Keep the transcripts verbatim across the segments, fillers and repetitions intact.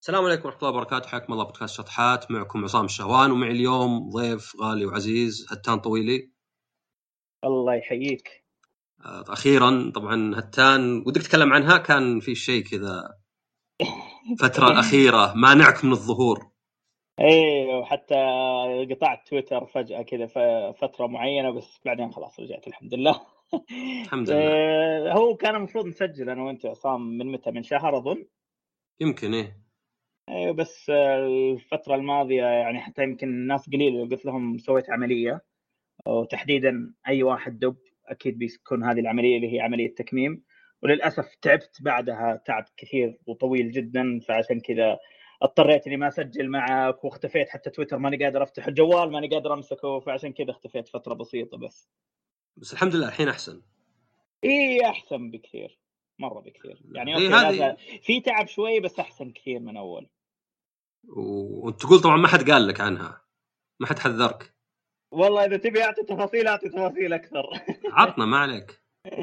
السلام عليكم ورحمة الله وبركاته. حياكم الله بودكاست شطحات. معكم عصام الشهوان، ومعي اليوم ضيف غالي وعزيز هتان طويلي. الله يحييك. أخيرا طبعا هتان ودك تتكلم عنها، كان في شيء كذا فترة الأخيرة مانعك من الظهور. ايه وحتى قطعت تويتر فجأة كذا فترة معينة، بس بعدين خلاص رجعت الحمد لله. الحمد لله. هو كان المفروض نسجل انا وانت عصام من متى؟ من شهر اظن. يمكن ايه. ايه بس الفترة الماضية يعني حتى يمكن الناس قليل قلت لهم سويت عملية، وتحديدا اي واحد دب اكيد بيكون هذه العملية اللي هي عملية تكميم، وللأسف تعبت بعدها تعب كثير وطويل جدا، فعشان كذا اضطريت اني ما اسجل معك واختفيت. حتى تويتر ماني قادر افتح الجوال، ماني قادر امسكه، فعشان كذا اختفيت فترة بسيطة بس. بس الحمد لله الحين أحسن. ايه احسن بكثير، مرة بكثير يعني. ايه اوكي هذه. لا في تعب شوي بس احسن كثير من اول. وتقول طبعا ما حد قال لك عنها، ما حد حذرك. والله اذا تبي اعطي تفاصيل اعطي تفاصيل اكثر. عطنا ما عليك.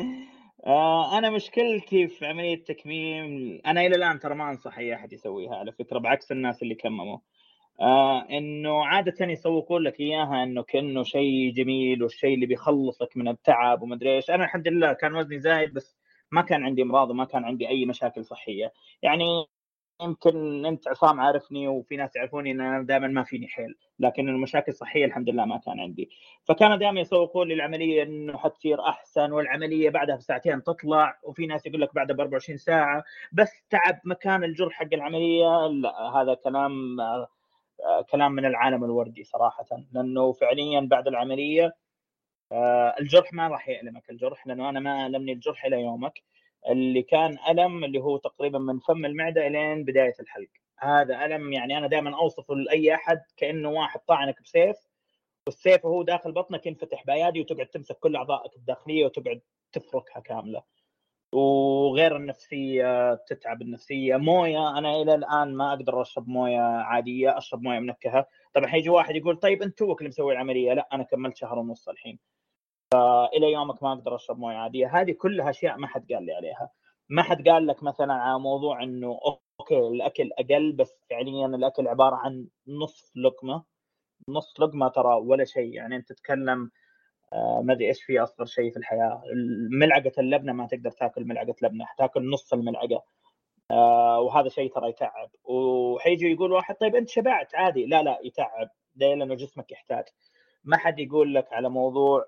آه انا مشكلتي في عمليه التكميم، انا الى الان ترى ما انصح اي احد يسويها على فكره، بعكس الناس اللي كمموا. آه انه عاده يسوقون لك اياها انه كانه شيء جميل والشيء اللي بيخلصك من التعب وما ادري ايش. انا الحمد لله كان وزني زايد بس ما كان عندي امراض وما كان عندي اي مشاكل صحيه يعني. يمكن انت عصام عارفني وفي ناس يعرفوني ان انا دائما ما فيني حيل، لكن المشاكل الصحيه الحمد لله ما كان عندي. فكانوا دائما يسوقون لي العمليه انه حتصير احسن، والعمليه بعدها بساعتين تطلع، وفي ناس يقول لك بعدها ب أربعة وعشرين ساعه بس تعب مكان الجرح حق العمليه. لا هذا كلام آه، كلام من العالم الوردي صراحه، لانه فعليا بعد العمليه آه، الجرح ما راح يألمك الجرح، لانه انا ما ألمني الجرح الى يومك. اللي كان ألم اللي هو تقريبا من فم المعده الين بدايه الحلق، هذا ألم يعني. انا دائما اوصفه لاي احد كانه واحد طعنك بسيف، والسيف وهو داخل بطنك ينفتح بايادي وتقعد تمسك كل اعضائك الداخليه وتقعد تفركها كامله. وغير النفسيه تتعب النفسيه. مويه انا الى الان ما اقدر اشرب مويه عاديه، اشرب مويه منكهه. طبعا حيجي واحد يقول طيب انت توك اللي مسوي العمليه، لا انا كملت شهر ونص الحين، الى يومك ما اقدر اشرب مويه عاديه. هذه كلها اشياء ما حد قال لي عليها. ما حد قال لك مثلا على موضوع انه اوكي الاكل اقل، بس فعليا الاكل عباره عن نصف لقمه. نص لقمه ترى ولا شيء يعني. انت تتكلم آه ما ادري ايش في اصغر شيء في الحياه، ملعقه اللبنه ما تقدر تاكل ملعقه لبنه، تاكل نص الملعقه. آه وهذا شيء ترى يتعب. وحيجي يقول واحد طيب انت شبعت عادي، لا لا يتعب ده لانه جسمك يحتاج. ما حد يقول لك على موضوع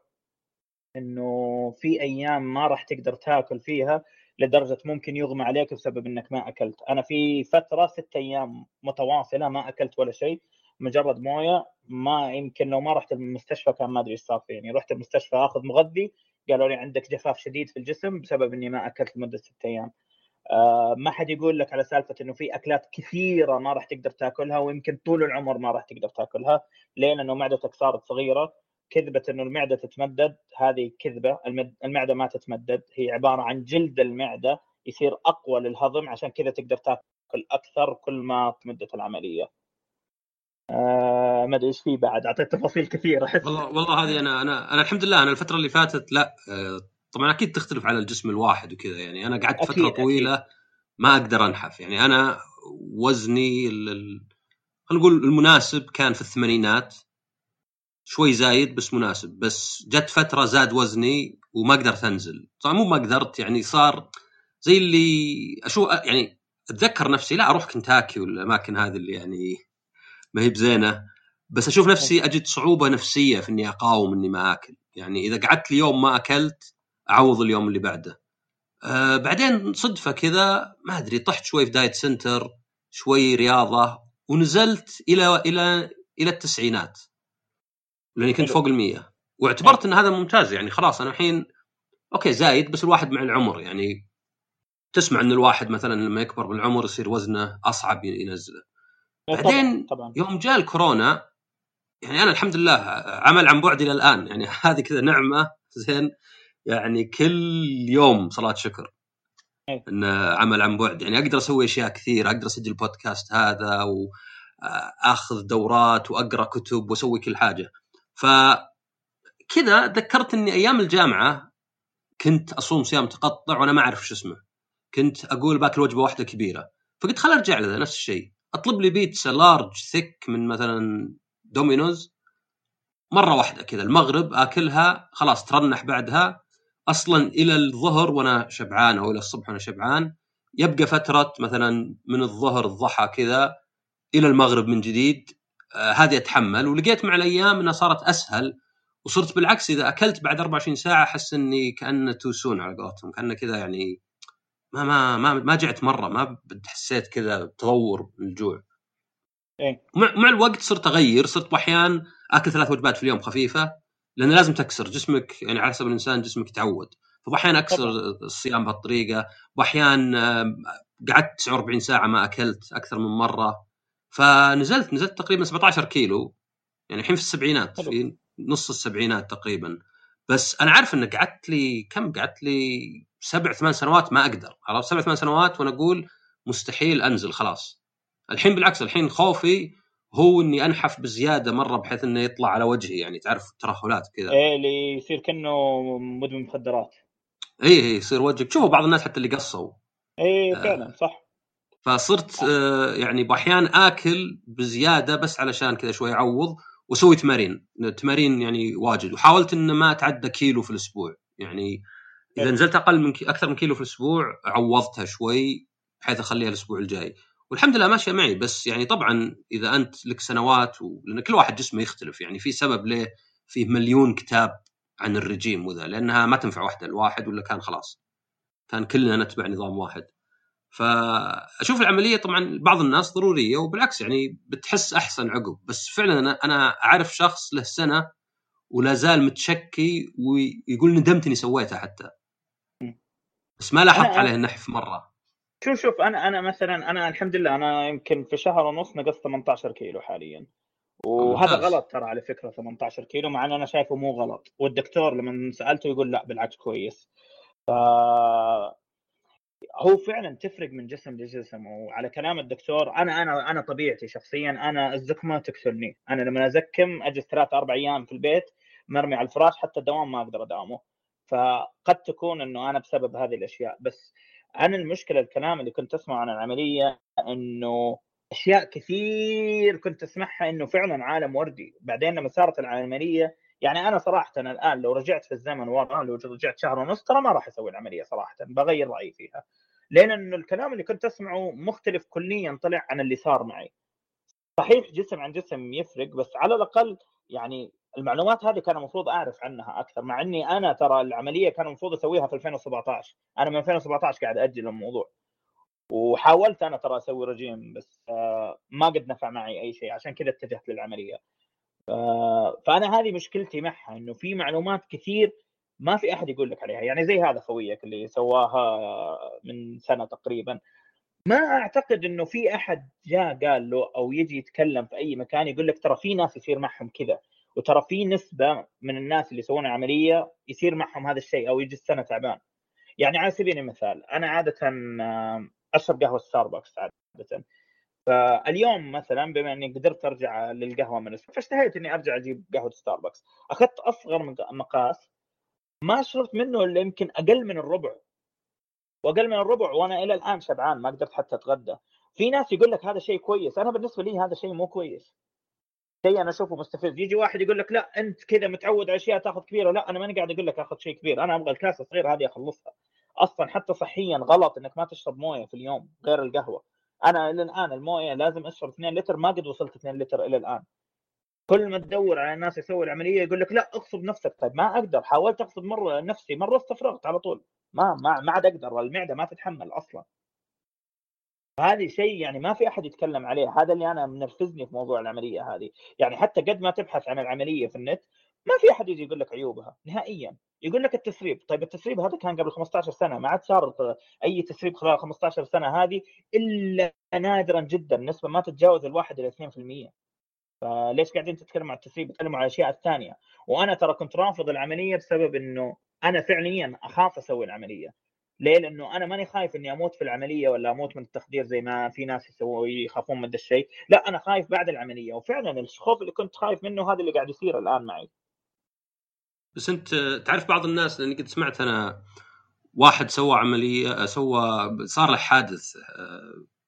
انه في ايام ما راح تقدر تاكل فيها لدرجه ممكن يغمى عليك بسبب انك ما اكلت. انا في فتره ست ايام متواصله ما اكلت ولا شيء، مجرد مويه. ما يمكن لو ما رحت المستشفى كان ما ادري ايش صار فيني. رحت المستشفى اخذ مغذي، قالوا لي عندك جفاف شديد في الجسم بسبب اني ما اكلت لمده ست ايام. آه ما حد يقول لك على سالفه انه في اكلات كثيره ما راح تقدر تاكلها ويمكن طول العمر ما راح تقدر تاكلها. ليه؟ لانه معدتك صارت صغيره. كذبه انه المعده تتمدد، هذه كذبه. المعده ما تتمدد، هي عباره عن جلد المعده يصير اقوى للهضم، عشان كذا تقدر تاكل اكثر كل ما تمدت العمليه. آه ما ادري ايش في بعد، اعطيت تفاصيل كثيره احس. والله والله هذه انا انا انا الحمد لله انا الفترة اللي فاتت لا آه، طبعا اكيد تختلف على الجسم الواحد وكذا، يعني انا قعدت فترة اكيد اكيد. طويلة ما اقدر انحف. يعني انا وزني ال... خلينا نقول المناسب كان في الثمانينات، شوي زايد بس مناسب. بس جت فترة زاد وزني وما قدرت انزل. طبعا مو ما قدرت، يعني صار زي اللي اشوف، يعني اتذكر نفسي لا اروح كنتاكي ولا الاماكن هذه اللي يعني ما هي بزينة، بس اشوف نفسي اجد صعوبة نفسية في اني اقاوم اني ما اكل. يعني اذا قعدت اليوم ما اكلت اعوض اليوم اللي بعده. أه بعدين صدفة كذا ما ادري طحت شوي في دايت سنتر، شوي رياضة، ونزلت الى الى الى التسعينات، لاني كنت حلو. فوق المية. ايه واعتبرت ان هذا ممتاز، يعني خلاص انا الحين اوكي زايد. بس الواحد مع العمر يعني تسمع ان الواحد مثلا لما يكبر بالعمر يصير وزنه اصعب ينزله. طبعا بعدين طبعا. يوم جاء الكورونا، يعني انا الحمد لله عمل عن بعد الى الان، يعني هذه كذا نعمة زين. يعني كل يوم صلاة شكر ايه ان عمل عن بعد، يعني اقدر اسوي اشياء كثير، اقدر اسجل بودكاست هذا واخذ دورات واقرا كتب واسوي كل حاجة. فكذا ذكرت اني ايام الجامعة كنت اصوم صيام تقطع وانا ما اعرف شو اسمه. كنت اقول باكل وجبه واحده كبيره، فقلت خل ارجع لها نفس الشيء. اطلب لي بيتزا لارج ثيك من مثلا دومينوز مره واحده كذا المغرب اكلها خلاص ترنح بعدها اصلا الى الظهر وانا شبعان او الى الصبح وانا شبعان. يبقى فتره مثلا من الظهر الضحى كذا الى المغرب من جديد. آه هذه اتحمل. ولقيت مع الايام انها صارت اسهل وصرت بالعكس اذا اكلت بعد أربعة وعشرين ساعه احس اني كانه توسون على قولتهم كانه كذا يعني ما ما ما ما جعت مره ما حسيت كذا تطور من الجوع. إيه؟ مع مع الوقت صرت اغير صرت احيان اكل ثلاث وجبات في اليوم خفيفه لان لازم تكسر جسمك يعني على حسب الانسان جسمك يتعود. فاحيانا اكسر طبعا. الصيام بهالطريقه واحيان قعدت تسعة وأربعين ساعه ما اكلت اكثر من مره. فنزلت نزلت تقريبا سبعة عشر كيلو يعني الحين في السبعينات حلو. في نص السبعينات تقريبا. بس انا عارف ان قعدت لي كم قعدت لي سبع ثمان سنوات ما اقدر خلاص سبع ثمان سنوات وانا اقول مستحيل انزل خلاص. الحين بالعكس الحين خوفي هو اني انحف بزياده مره بحيث انه يطلع على وجهي يعني تعرف ترهلات كذا. ايه اللي يصير كأنه مدمن مخدرات. اي اي يصير وجهك تشوفوا بعض الناس حتى اللي قصوا. ايه آه فعلا صح. فصرت آه يعني باحيان اكل بزياده بس علشان كذا شوي اعوض وسوي تمارين تمارين يعني واجد وحاولت ان ما اتعدى كيلو في الاسبوع يعني اذا حلو. نزلت اقل من كي... اكثر من كيلو في الاسبوع عوضتها شوي بحيث اخليها الاسبوع الجاي والحمد لله ماشيه معي. بس يعني طبعا اذا انت لك سنوات و... لان كل واحد جسمه يختلف يعني في سبب ليه فيه مليون كتاب عن الرجيم وذا لانها ما تنفع واحده الواحد ولا كان خلاص كان كلنا نتبع نظام واحد. فاشوف العمليه طبعا بعض الناس ضروريه وبالعكس يعني بتحس احسن عقب. بس فعلا انا انا اعرف شخص له سنه ولا زال متشكي ويقول ندمت اني سويتها حتى بس ما لاحظت انا عليه النحف مره. شوف شوف انا انا مثلا انا الحمد لله انا يمكن في شهر ونص نقصت ثمانية عشر كيلو حاليا. وهذا ممتاز. غلط ترى على فكره ثمانية عشر كيلو مع ان انا شايفه مو غلط والدكتور لما سالته يقول لا بالعكس كويس. ف هو فعلا تفرق من جسم لجسم. وعلى كلام الدكتور انا انا انا طبيعتي شخصيا انا الزكمه تكسرني. انا لما ازكم اجلس ثلاث اربع ايام في البيت مرمي على الفراش حتى الدوام ما اقدر اداومه. فقد تكون انه انا بسبب هذه الاشياء. بس انا المشكله الكلام اللي كنت اسمعه عن العمليه انه اشياء كثير كنت اسمعها انه فعلا عالم وردي. بعدين لما صارت العمليه يعني انا صراحه أنا الان لو رجعت في الزمن ورا لو رجعت شهر ونص ترى ما راح اسوي العمليه صراحه بغير رايي فيها. لان انه الكلام اللي كنت اسمعه مختلف كليا طلع عن اللي صار معي. صحيح جسم عن جسم يفرق بس على الاقل يعني المعلومات هذه كان المفروض اعرف عنها اكثر. مع اني انا ترى العمليه كان المفروض اسويها في ألفين وسبعطعش. انا من ألفين وسبعطعش قاعد اجل الموضوع وحاولت انا ترى اسوي رجيم بس ما قد نفع معي اي شيء عشان كذا اتجهت للعمليه. فانا هذه مشكلتي معها انه في معلومات كثير ما في احد يقول لك عليها. يعني زي هذا خويك اللي سواها من سنه تقريبا ما اعتقد انه في احد جاء قال له او يجي يتكلم في اي مكان يقول لك ترى في ناس يصير معهم كذا وترى في نسبه من الناس اللي يسوون عمليه يصير معهم هذا الشيء او يجي السنه تعبان. يعني على سبيل المثال انا عاده اشرب قهوه ستاربكس عاده. فاليوم مثلا بما اني قدرت ارجع للقهوه من الصبح فاشتهيت اني ارجع اجيب قهوه ستاربكس. اخذت اصغر مقاس ما شربت منه الا يمكن اقل من الربع واقل من الربع وانا الى الان شبعان ما قدرت حتى اتغدى. في ناس يقول لك هذا شيء كويس. انا بالنسبه لي هذا شيء مو كويس. شيء انا اشوفه مستفز. يجي واحد يقول لك لا انت كذا متعود على اشياء تاخذ كبيره. لا انا ماني قاعد اقول لك اخذ شيء كبير. انا ابغى الكاسه الصغيره هذه اخلصها. اصلا حتى صحيا غلط انك ما تشرب مويه في اليوم غير القهوه. انا الى الان المويه لازم اشرب اثنين لتر ما قد وصلت اثنين لتر الى الان. كل ما تدور على الناس يسوي العمليه يقول لك لا اغصب نفسك. طيب ما اقدر. حاولت اغصب مره نفسي مره استفرغت على طول. ما ما ما عاد اقدر. المعده ما تتحمل اصلا. هذه شيء يعني ما في احد يتكلم عليه. هذا اللي انا منرفزني في موضوع العمليه هذه. يعني حتى قد ما تبحث عن العمليه في النت ما في احد يجي يقول لك عيوبها نهائيا. يقول لك التسريب. طيب التسريب هذا كان قبل خمسة عشر سنه ما عاد صار اي تسريب خلال خمسة عشر سنه هذه الا نادرا جدا نسبه ما تتجاوز الواحد الى اثنين بالمئة. فليش قاعدين تتكلموا عن التسريب تتكلموا عن الاشياء الثانيه. وانا ترى كنت رافض العمليه بسبب انه انا فعليا اخاف اسوي العمليه. ليه؟ لانه انا ماني خايف اني اموت في العمليه ولا اموت من التخدير زي ما في ناس يسووا يخافون من هذا الشيء. لا انا خايف بعد العمليه. وفعلا الخوف اللي كنت خايف منه هذا اللي قاعد يصير الان معي. بس انت تعرف بعض الناس لاني قد سمعت انا واحد سوى عمليه سوى صار له حادث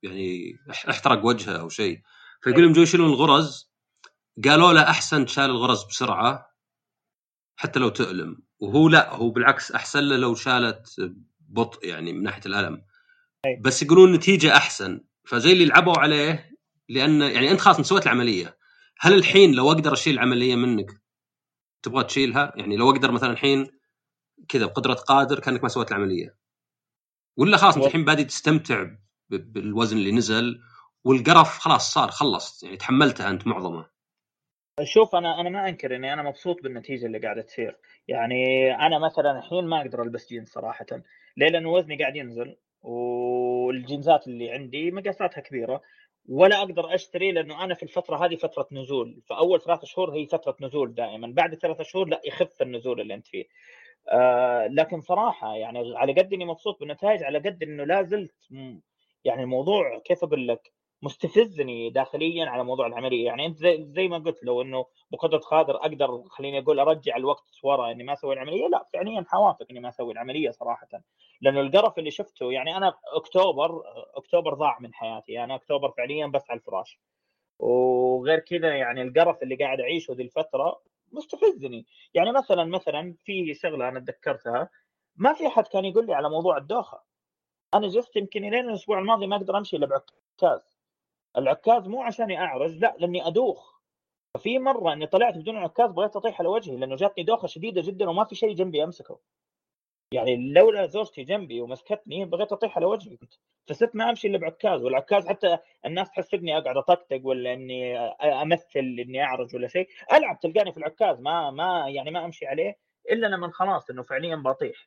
يعني احترق وجهه او شيء، فيقول لهم جو يشيلون الغرز، قالوا له احسن تشال الغرز بسرعه حتى لو تؤلم، وهو لا، هو بالعكس احسن له لو شالت بطء يعني من ناحيه الالم، بس يقولون النتيجه احسن. فزي اللي لعبوا عليه، لان يعني انت خلاص سويت العمليه، هل الحين لو اقدر اشيل العمليه منك تبغى تشيلها؟ يعني لو اقدر مثلا الحين كذا بقدره قادر كانك ما سويت العمليه، ولا خلاص انت الحين بادي تستمتع بالوزن اللي نزل والقرف خلاص صار خلص يعني تحملتها انت معظمه؟ شوف انا انا ما انكر اني انا مبسوط بالنتيجه اللي قاعده تصير. يعني انا مثلا الحين ما اقدر البس جينز صراحه، ليه؟ لانه وزني قاعد ينزل والجينزات اللي عندي مقاساتها كبيره، ولا اقدر اشتري لانه انا في الفتره هذه فتره نزول. فاول ثلاث شهور هي فتره نزول دائما، بعد ثلاث شهور لا يخف النزول اللي انت فيه. آه لكن صراحه يعني على قد اني مبسوط بالنتائج، على قد انه لا زلت يعني الموضوع كيف اقول لك مستفزني داخليا على موضوع العمليه. يعني انت زي, زي ما قلت، لو انه بقدره قادر اقدر خليني اقول ارجع الوقت ورا اني ما اسوي العمليه، لا فعليا حوافق اني ما اسوي العمليه صراحه. لانه القرف اللي شفته، يعني انا اكتوبر اكتوبر ضاع من حياتي، انا اكتوبر فعليا بس على الفراش. وغير كذا يعني القرف اللي قاعد اعيشه ذي الفتره مستفزني. يعني مثلا مثلا في شغله انا تذكرتها، ما في احد كان يقول لي على موضوع الدوخه. انا جلست يمكن لين الاسبوع الماضي ما اقدر امشي الا بعكاز. العكاز مو عشاني اعرج، لا لاني ادوخ. ففي مره اني طلعت بدون عكاز بغيت اطيح على وجهي لانه جاتني دوخه شديده جدا وما في شيء جنبي امسكه. يعني لولا زوجتي جنبي ومسكتني بغيت اطيح على وجهي. فصرت ما امشي الا بعكاز، والعكاز حتى الناس تحسبني اقعد اطقطق ولا اني امثل اني اعرج ولا شيء، العب تلقاني في العكاز ما ما يعني ما امشي عليه الا لما خلاص انه فعليا بطيح.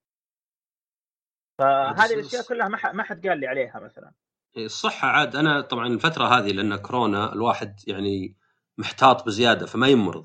فهذه الاشياء كلها ما ما حد قال لي عليها مثلا. الصحة عاد أنا طبعا الفترة هذه لأن كورونا الواحد يعني محتاط بزيادة فما يمرض،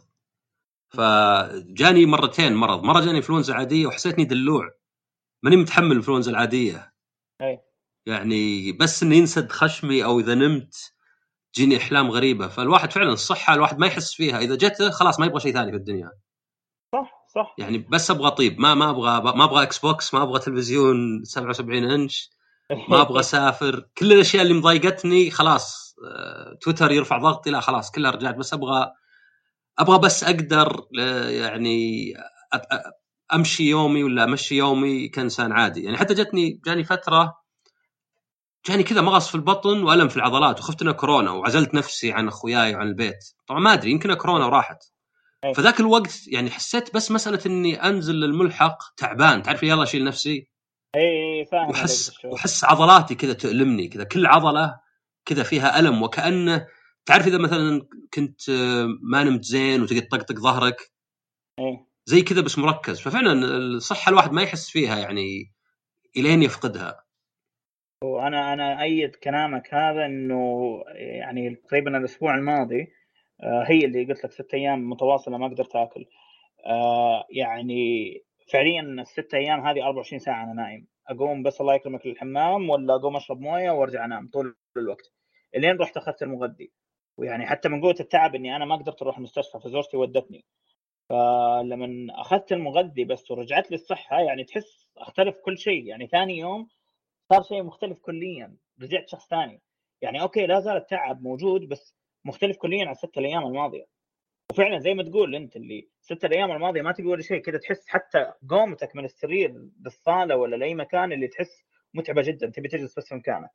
فجاني مرتين مرض، مرة جاني إنفلونزا عادية وحسيتني دلوع ماني متحمل الإنفلونزا العادية. أي. يعني بس إني ينسد خشمي أو إذا نمت تجيني أحلام غريبة. فالواحد فعلا الصحة الواحد ما يحس فيها، إذا جته خلاص ما يبغى شيء ثاني في الدنيا. صح صح. يعني بس أبغى طيب، ما ما أبغى ما أبغى إكس بوكس، ما أبغى تلفزيون سبعة وسبعين إنش، ما ابغى اسافر. كل الاشياء اللي مضايقتني خلاص، تويتر يرفع ضغطي، لا خلاص كلها رجعت. بس ابغى ابغى بس اقدر يعني امشي يومي ولا امشي يومي كانسان عادي. يعني حتى جتني جاني فتره جاني كذا مغص في البطن والم في العضلات، وخفت انه كورونا وعزلت نفسي عن اخوياي وعن البيت. طبعا ما ادري يمكن كورونا وراحت. فذاك الوقت يعني حسيت بس مساله اني انزل للملحق تعبان، تعرف يلا اشيل نفسي. اي فاهم. وحس وحس عضلاتي كذا تؤلمني، كذا كل عضله كذا فيها الم، وكانه تعرف اذا مثلا كنت ما نمت زين وتقعد تطقطق ظهرك زي كذا بس مركز. ففعلا الصحه الواحد ما يحس فيها يعني الين يفقدها. وانا انا ايد كلامك هذا، انه يعني تقريبا الاسبوع الماضي هي اللي قلت لك ست ايام متواصله ما قدرت اكل. يعني فعليا الست ايام هذه أربعة وعشرين ساعه انا نايم، اقوم بس الله يكرمك للحمام ولا اقوم اشرب مويه وارجع انام طول الوقت. الين رحت اخذت المغذي، ويعني حتى من قوه التعب اني انا ما قدرت اروح المستشفى فزوجتي ودتني. فلما اخذت المغذي بس ورجعت لي الصحه، يعني تحس اختلف كل شيء. يعني ثاني يوم صار شيء مختلف كليا، رجعت شخص ثاني. يعني اوكي لا زال التعب موجود بس مختلف كليا عن ست الايام الماضيه. وفعلا زي ما تقول انت، اللي ست الايام الماضيه ما تقول شيء كذا، تحس حتى قومتك من السرير للصاله ولا لاي مكان اللي تحس متعبه جدا، تبي تجلس بس في مكانك.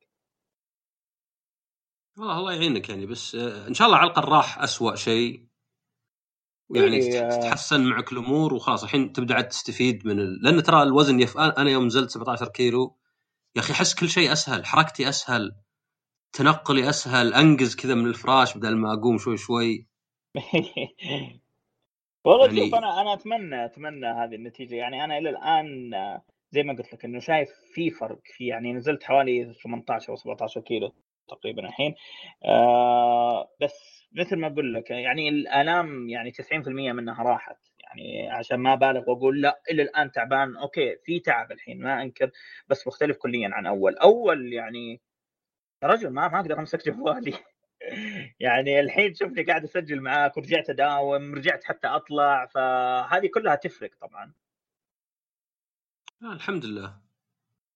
والله الله يعينك يعني. بس ان شاء الله على الاقل راح اسوأ شيء، ويعني إيه تتحسن معك الامور وخلاص الحين تبدا تستفيد من ال... لان ترى الوزن يف... انا يوم نزلت سبعة عشر كيلو يا اخي احس كل شيء اسهل، حركتي اسهل، تنقلي اسهل، انقز كذا من الفراش بدل ما اقوم شوي شوي. والله يعني شوف انا انا اتمنى اتمنى هذه النتيجه. يعني انا الى الان زي ما قلت لك انه شايف في فرق في، يعني نزلت حوالي ثمانية عشر او سبعة عشر كيلو تقريبا الحين. آه بس مثل ما اقول لك يعني الالام يعني تسعين بالمئة منها راحت. يعني عشان ما بالغ واقول لا الى الان تعبان، اوكي في تعب الحين ما انكر، بس مختلف كليا عن اول. اول يعني رجل ما ما اقدر امسك جوالي. يعني الحين شوفني قاعد اسجل معاك ورجعت اداوم، رجعت حتى اطلع، فهذه كلها تفرق طبعا. آه الحمد لله.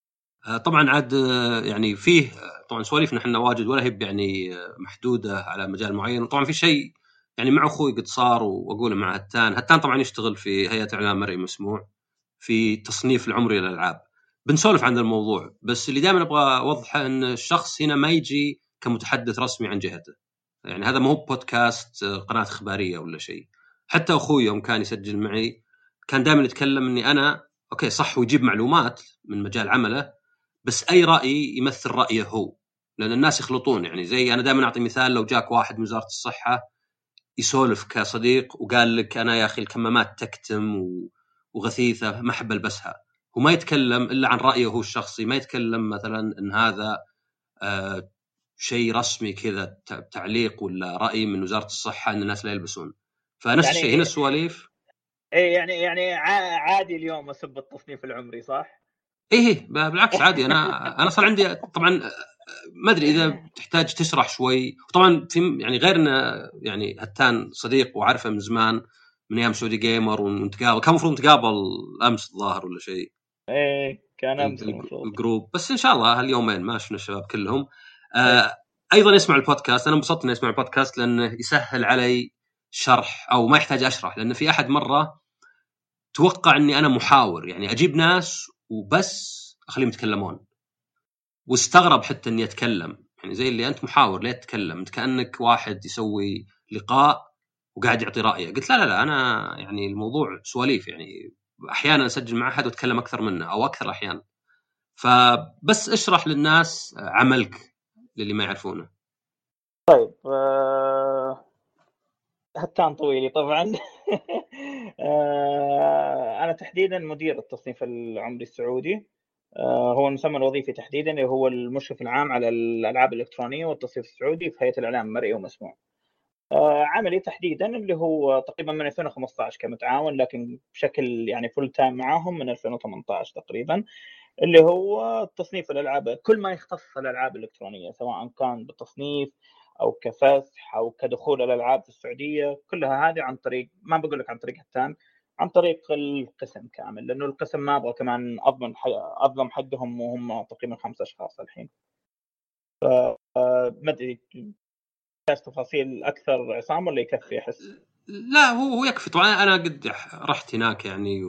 طبعا عاد يعني فيه طبعا سواليفنا احنا واجد ولا هي يعني محدوده على مجال معين. وطبعا في شيء يعني مع اخوي قد صار واقوله مع هتان. هتان طبعا يشتغل في هيئه اعلام مرئي مسموع في تصنيف العمري للالعاب. بنسولف عن الموضوع، بس اللي دائما ابغى اوضحه ان الشخص هنا ما يجي كمتحدث رسمي عن جهته. يعني هذا مو بودكاست قناه اخباريه ولا شيء. حتى اخوي يوم كان يسجل معي كان دائما يتكلم اني انا اوكي صح ويجيب معلومات من مجال عمله، بس اي راي يمثل رايه هو. لان الناس يخلطون، يعني زي انا دائما اعطي مثال، لو جاك واحد من وزاره الصحه يسولف كصديق وقال لك انا يا اخي الكمامات تكتم وغثيثه ما احب البسها، هو ما يتكلم الا عن رايه هو الشخصي، ما يتكلم مثلا ان هذا آه شيء رسمي كذا تعليق ولا راي من وزاره الصحه ان الناس لا يلبسون. فنفس يعني الشيء هنا السواليف. ايه يعني يعني عادي اليوم اسب التصنيف العمري صح؟ ايه بالعكس عادي. انا انا صار عندي طبعا ما ادري اذا تحتاج تشرح شوي. وطبعا في يعني غيرنا يعني هتان صديق وعارفه من زمان من ايام سعودي جيمر ونتقابل، كان المفروض نتقابل امس الظاهر ولا شيء. ايه كان امس المفروض الجروب، بس ان شاء الله هاليومين ما شفنا الشباب كلهم. آه إيه. ايضا يسمع البودكاست. انا انبسطت اني اسمع البودكاست لانه يسهل علي شرح او ما يحتاج اشرح. لان في احد مره توقع اني انا محاور، يعني اجيب ناس وبس اخليهم يتكلمون، واستغرب حتى اني اتكلم. يعني زي اللي انت محاور ليه تتكلم؟ انت كانك واحد يسوي لقاء وقاعد يعطي رايه. قلت لا لا لا انا يعني الموضوع سواليف، يعني احيانا اسجل مع احد واتكلم اكثر منه او اكثر احيانا. فبس اشرح للناس عملك للي ما يعرفونه. طيب آه... هتان طويلي طبعا. آه... انا تحديدا مدير التصنيف العمري السعودي. آه... هو المسمى الوظيفي تحديدا اللي هو المشرف العام على الالعاب الالكترونيه والتصنيف السعودي في هيئه الاعلام المرئي ومسموع. آه... عملي تحديدا اللي هو تقريبا من ألفين وخمسة عشر كمتعاون، لكن بشكل يعني فول تايم معاهم من ألفين وثمانية عشر تقريبا، اللي هو تصنيف الالعاب، كل ما يختص الالعاب الالكترونيه سواء كان بالتصنيف او كفسح او كدخول الالعاب في السعوديه، كلها هذه عن طريق، ما بقول لك عن طريق هتان، عن طريق القسم كامل، لانه القسم ما ابغى كمان اضمن اظلم حقهم وهم تقريبا خمسة اشخاص الحين. ما ادري تفاصيل اكثر عصام ولا يكفي؟ احس لا هو هو يكفي. طبعا انا قد رحت هناك يعني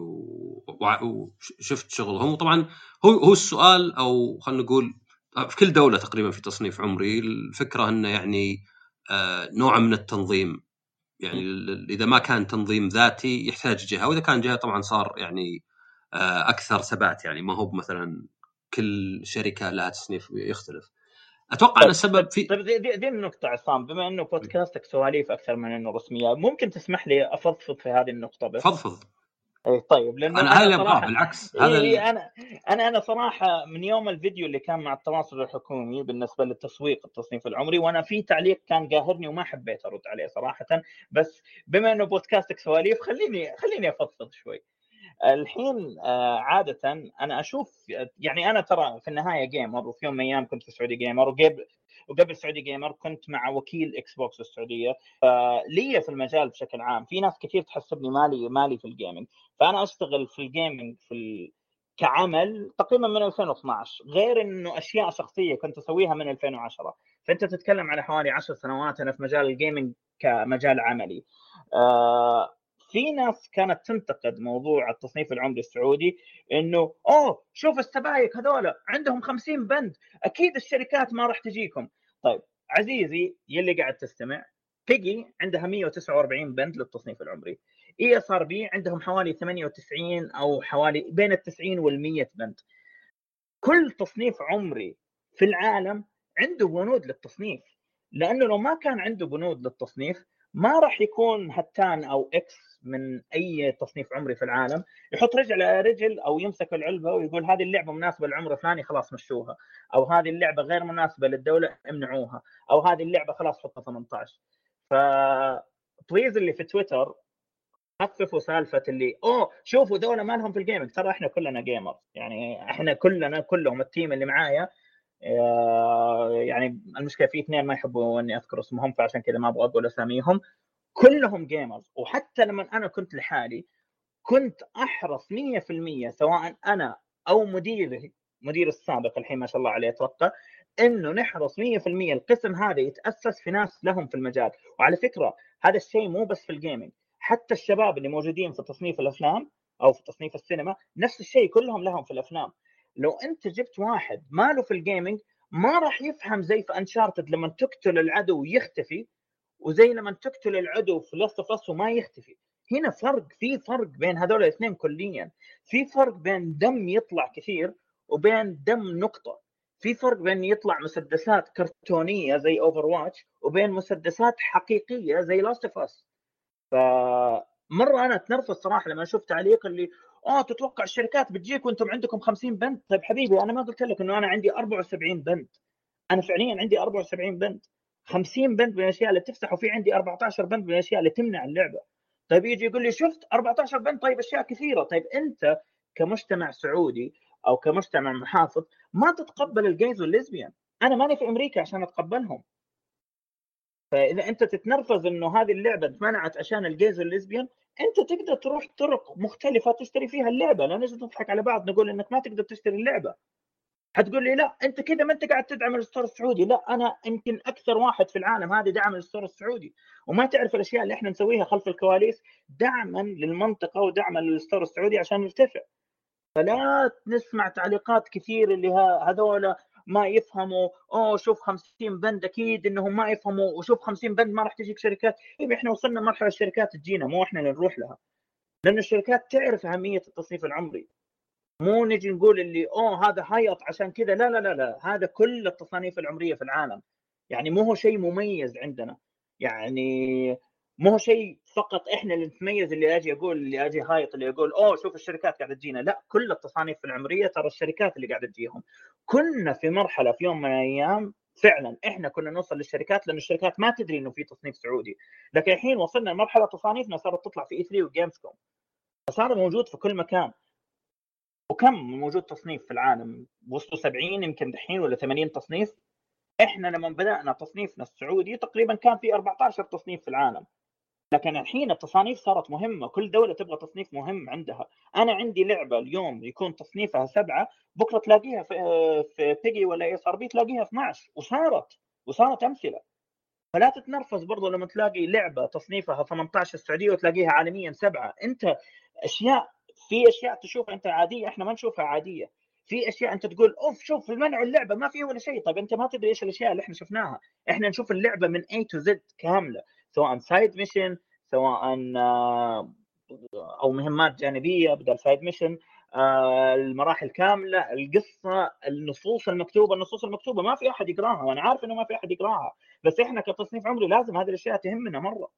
وشفت شغلهم. وطبعا هو هو السؤال او خلينا نقول في كل دوله تقريبا في تصنيف عمري الفكره انه يعني نوع من التنظيم. يعني اذا ما كان تنظيم ذاتي يحتاج جهه، واذا كان جهه طبعا صار يعني اكثر ثبات. يعني ما هو مثلا كل شركه لها تصنيف يختلف. اتوقع ان السبب في طيب ذي, ذي النقطه عصام، بما انه بودكاستك سواليف اكثر من انه رسميه، ممكن تسمح لي افضفض في هذه النقطه بس؟ فضفض. اي طيب، لانه انا انا, هذا اللي صراحه ابغاه بالعكس. إيه هذا إيه ال... انا انا انا صراحه من يوم الفيديو اللي كان مع التواصل الحكومي بالنسبه للتسويق التصنيف العمري، وانا في تعليق كان قاهرني وما حبيت ارد عليه صراحه، بس بما انه بودكاستك سواليف خليني خليني افضفض شوي. الحين آه عاده انا اشوف، يعني انا ترى في النهايه جيمر، وفي يوم من الايام كنت في سعودي جيمر، وقبل وقبل سعودي جيمر كنت مع وكيل اكس بوكس السعوديه. فلي في المجال بشكل عام في ناس كثير تحسبني مالي مالي في الجيمنج، فانا اشتغل في الجيمنج في ال... كعمل تقريبا من ألفين واثني عشر، غير انه اشياء شخصيه كنت اسويها من ألفين وعشرة. فانت تتكلم على حوالي عشر سنوات انا في مجال الجيمنج كمجال عملي. آه في ناس كانت تنتقد موضوع التصنيف العمري السعودي، انه اوه شوف السبايك هذول عندهم خمسين بند، اكيد الشركات ما راح تجيكم. طيب عزيزي يلي قاعد تستمع، بيجي عندها مية وتسعة وأربعين بند للتصنيف العمري، اي اس ار بي عندهم حوالي ثمانية وتسعين او حوالي بين التسعين والمية بند. كل تصنيف عمري في العالم عنده بنود للتصنيف، لانه لو ما كان عنده بنود للتصنيف ما راح يكون هتان او اكس من اي تصنيف عمري في العالم يحط رجل على رجل او يمسك العلبه ويقول هذه اللعبه مناسبه للعمر الفلاني خلاص مشوها، او هذه اللعبه غير مناسبه للدوله امنعوها، او هذه اللعبه خلاص حطها ثمانية عشر. ف تويز اللي في تويتر خففوا سالفه اللي اوه شوفوا دول ما لهم في الجيمنج، ترى احنا كلنا جيمر، يعني احنا كلنا كلهم التيم اللي معايا. يعني المشكله في اثنين ما يحبوا اني اذكر اسمهم، فعشان كذا ما ابغى اقول اساميهم. كلهم جيمرز، وحتى لما انا كنت لحالي كنت احرص مية في المية سواء انا او مديري مدير السابق الحين ما شاء الله عليه اتوقع انه نحرص مية بالمية القسم هذا يتاسس في ناس لهم في المجال. وعلى فكره هذا الشيء مو بس في الجيمنج، حتى الشباب اللي موجودين في تصنيف الافلام او في تصنيف السينما نفس الشيء، كلهم لهم في الافلام. لو انت جبت واحد ماله في الجيمنج ما راح يفهم زي في انشارتد لما تقتل العدو يختفي، وزي لما تقتل العدو في لاست اوف اس وما يختفي. هنا فرق، في فرق بين هذول الاثنين كليا. في فرق بين دم يطلع كثير وبين دم نقطة. في فرق بين يطلع مسدسات كرتونية زي اوفر واتش وبين مسدسات حقيقية زي لاست اوف اس. فمرة انا اتنرفز صراحة لما اشوف تعليق اللي اه تتوقع الشركات بتجيك وانتم عندكم خمسين بنت. طيب حبيبي انا ما قلت لك انه انا عندي أربعة وسبعين بنت، انا فعليا عندي أربعة وسبعين بنت. خمسين بنت من الاشياء اللي تفتح، وفي عندي أربعة عشر بنت من الاشياء اللي تمنع اللعبه. طيب يجي يقول لي شفت أربعة عشر بنت، طيب اشياء كثيره. طيب انت كمجتمع سعودي او كمجتمع محافظ ما تتقبل الجيز والليزبيان، انا ماني في امريكا عشان اتقبلهم. فاذا انت تتنرفز انه هذه اللعبه اتمنعت عشان الجيز والليزبيان، انت تقدر تروح طرق مختلفه تشتري فيها اللعبه. لا نجي نضحك على بعض نقول انك ما تقدر تشتري اللعبه. حتقول لي لا انت كذا ما انت قاعد تدعم الستور السعودي. لا انا يمكن اكثر واحد في العالم هذه دعم الستور السعودي، وما تعرف الاشياء اللي احنا نسويها خلف الكواليس دعما للمنطقه ودعما للستور السعودي عشان نرتفع. فلا نسمع تعليقات كثير اللي هذول ما يفهموا، اوه شوف خمسين بند اكيد انهم ما يفهموا، وشوف خمسين بند ما راح تجيك شركات. طيب احنا وصلنا مرحله الشركات تجينا، مو احنا اللي نروح لها، لان الشركات تعرف اهميه التصنيف العمري. مو نجي نقول اللي اوه هذا هيط عشان كذا. لا لا لا لا، هذا كل التصانيف العمريه في العالم. يعني مو هو شيء مميز عندنا، يعني مو هو شيء فقط احنا اللي نتميز. اللي اجي اقول اللي اجي هايط اللي يقول اوه شوف الشركات قاعده تجينا. لا، كل التصانيف العمريه ترى الشركات اللي قاعده تجيهم. كنا في مرحله في يوم من الايام فعلا احنا كنا نوصل للشركات، لان الشركات ما تدري انه في تصنيف سعودي. لكن الحين وصلنا لمرحله تصانيفنا صارت تطلع في اي ثري وجيمز كوم، فصار موجود في كل مكان. وكم موجود تصنيف في العالم؟ وصلوا سبعين يمكن دحين ولا ثمانين تصنيف. احنا لما بدأنا تصنيفنا السعودي تقريبا كان في أربعة عشر تصنيف في العالم. لكن الحين التصانيف صارت مهمة، كل دولة تبغى تصنيف مهم عندها. أنا عندي لعبة اليوم يكون تصنيفها سبعة، بكرة تلاقيها في في بيجي ولا اي اس ار بي تلاقيها اثناشر، وصارت وصارت أمثلة. فلا تتنرفز برضو لما تلاقي لعبة تصنيفها ثمانية عشر السعودية وتلاقيها عالميا سبعة. أنت أشياء، في اشياء تشوفها انت عاديه احنا ما نشوفها عاديه. في اشياء انت تقول اوف شوف المنع اللعبه ما فيها ولا شيء. طيب انت ما تدري ايش الاشياء اللي احنا شفناها. احنا نشوف اللعبه من A to Z كامله، سواء سايد ميشن سواء او مهمات جانبيه بدل سايد ميشن، المراحل كامله، القصه، النصوص المكتوبه. النصوص المكتوبه ما في احد يقراها، وانا عارف انه ما في احد يقراها، بس احنا كتصنيف عمري لازم هذه الاشياء تهمنا مره.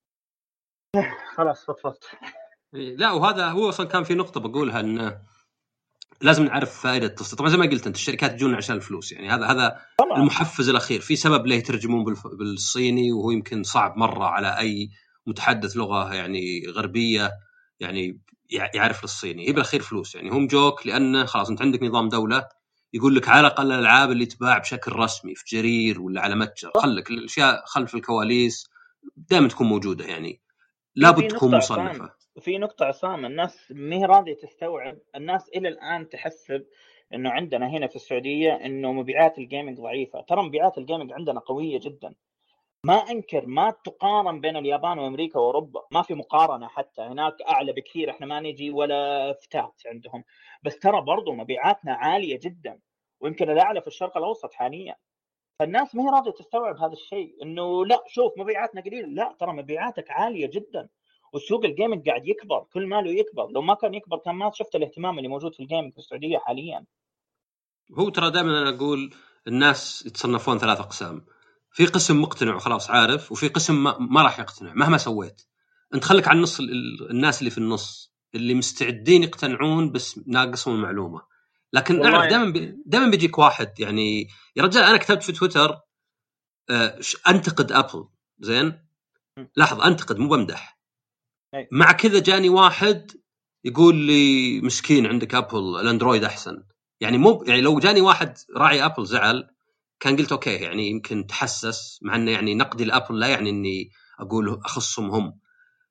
خلاص فضفضت. لا وهذا هو اصلا كان في نقطه بقولها انه لازم نعرف فائده التصنيف. طبعا زي ما قلت انت الشركات تجون عشان الفلوس، يعني هذا هذا طبعا المحفز الاخير. في سبب ليه يترجمون بالصيني وهو يمكن صعب مره على اي متحدث لغه يعني غربيه يعني يعرف الصيني. هي بالاخير فلوس، يعني هم جوك لانه خلاص انت عندك نظام دوله يقول لك على الاقل الالعاب اللي تباع بشكل رسمي في جرير ولا على متجر، خلك الاشياء خلف الكواليس دائما تكون موجوده، يعني لابد تكون مصنفه. في نقطة عصام الناس ما هي راضية تستوعب. الناس إلى الآن تحسب إنه عندنا هنا في السعودية إنه مبيعات الجيمنج ضعيفة. ترى مبيعات الجيمنج عندنا قوية جدا، ما أنكر. ما تقارن بين اليابان وأمريكا وأوروبا، ما في مقارنة. حتى هناك أعلى بكثير، إحنا ما نجي ولا فتات عندهم. بس ترى برضو مبيعاتنا عالية جدا، ويمكن الأعلى في الشرق الأوسط حاليا. فالناس ما هي راضية تستوعب هذا الشيء، إنه لا شوف مبيعاتنا قليلة. لا، ترى مبيعاتك عالية جدا، والسوق الجيمنج قاعد يكبر، كل ماله يكبر. لو ما كان يكبر كان ما شفت الاهتمام اللي موجود في الجيمنج في السعودية حاليا. هو ترى دائما أنا أقول الناس يتصنفون ثلاث أقسام. في قسم مقتنع وخلاص عارف، وفي قسم ما, ما راح يقتنع مهما سويت. انت خليك عن نص الناس اللي في النص اللي مستعدين يقتنعون بس ناقصهم المعلومة. لكن اعرف دائما بي... دائما بيجيك واحد يعني يا رجال انا كتبت في تويتر آه انتقد ابل زين، لاحظ انتقد مو بمدح. مع كذا جاني واحد يقول لي مسكين عندك ابل الاندرويد احسن. يعني مو يعني لو جاني واحد راعي ابل زعل كان قلت اوكي يعني يمكن تحسس، مع انه يعني نقدي الابل لا يعني اني اقول اخصهم هم.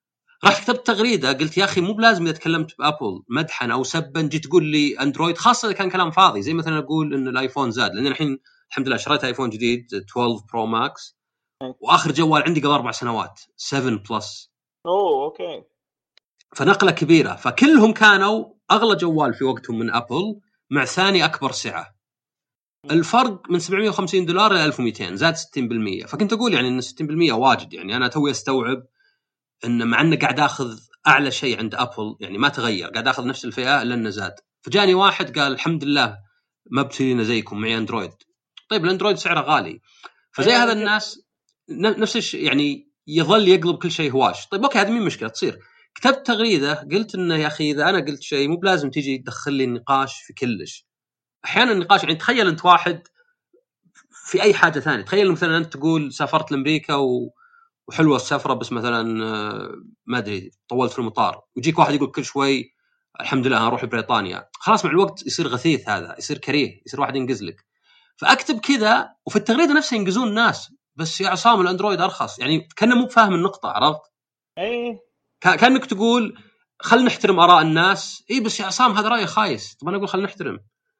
رحت كتبت تغريده قلت يا اخي مو بلازم اذا تكلمت بابل مدحا او سبا جيت تقول لي اندرويد، خاصه اذا كان كلام فاضي زي مثلا اقول ان الايفون زاد، لان الحين الحمد لله شريت ايفون جديد اثنا عشر برو ماكس واخر جوال عندي قبل اربع سنوات سبعة بلس. اوه اوكي. فنقله كبيره، فكلهم كانوا اغلى جوال في وقتهم من ابل مع ثاني اكبر سعه. الفرق من سبعمية وخمسين دولار الى ألف ومئتين، زاد ستين بالمية. فكنت اقول يعني ان ستين بالمية واجد، يعني انا توي استوعب ان مع انه قاعد اخذ اعلى شيء عند ابل يعني ما تغير، قاعد اخذ نفس الفئه الا انه زاد. فجاني واحد قال الحمد لله ما بترينا زيكم معي اندرويد. طيب الاندرويد سعره غالي، فزي أيوة هذا الناس نفس الشيء يعني يظل يقلب كل شيء هواش. طيب اوكي هذه مين مشكله تصير. كتبت تغريده قلت انه يا اخي اذا انا قلت شيء مو بلازم تيجي تدخل لي النقاش في كلش. احيانا النقاش يعني تخيل انت واحد في اي حاجه ثانيه، تخيل مثلا انت تقول سافرت لامريكا و... وحلوه السفره بس مثلا ما ادري طولت في المطار، ويجيك واحد يقول كل شوي الحمد لله اروح بريطانيا، خلاص مع الوقت يصير غثيث، هذا يصير كريه، يصير واحد ينقز لك. فاكتب كذا وفي التغريده نفسها ينقزون الناس، بس يا عصام الاندرويد ارخص، يعني كانه مو فاهم النقطه، عرفت؟ اي كانك تقول خلينا نحترم اراء الناس، اي بس يا عصام هذا راي خايس. طب انا اقول خلينا نحترم.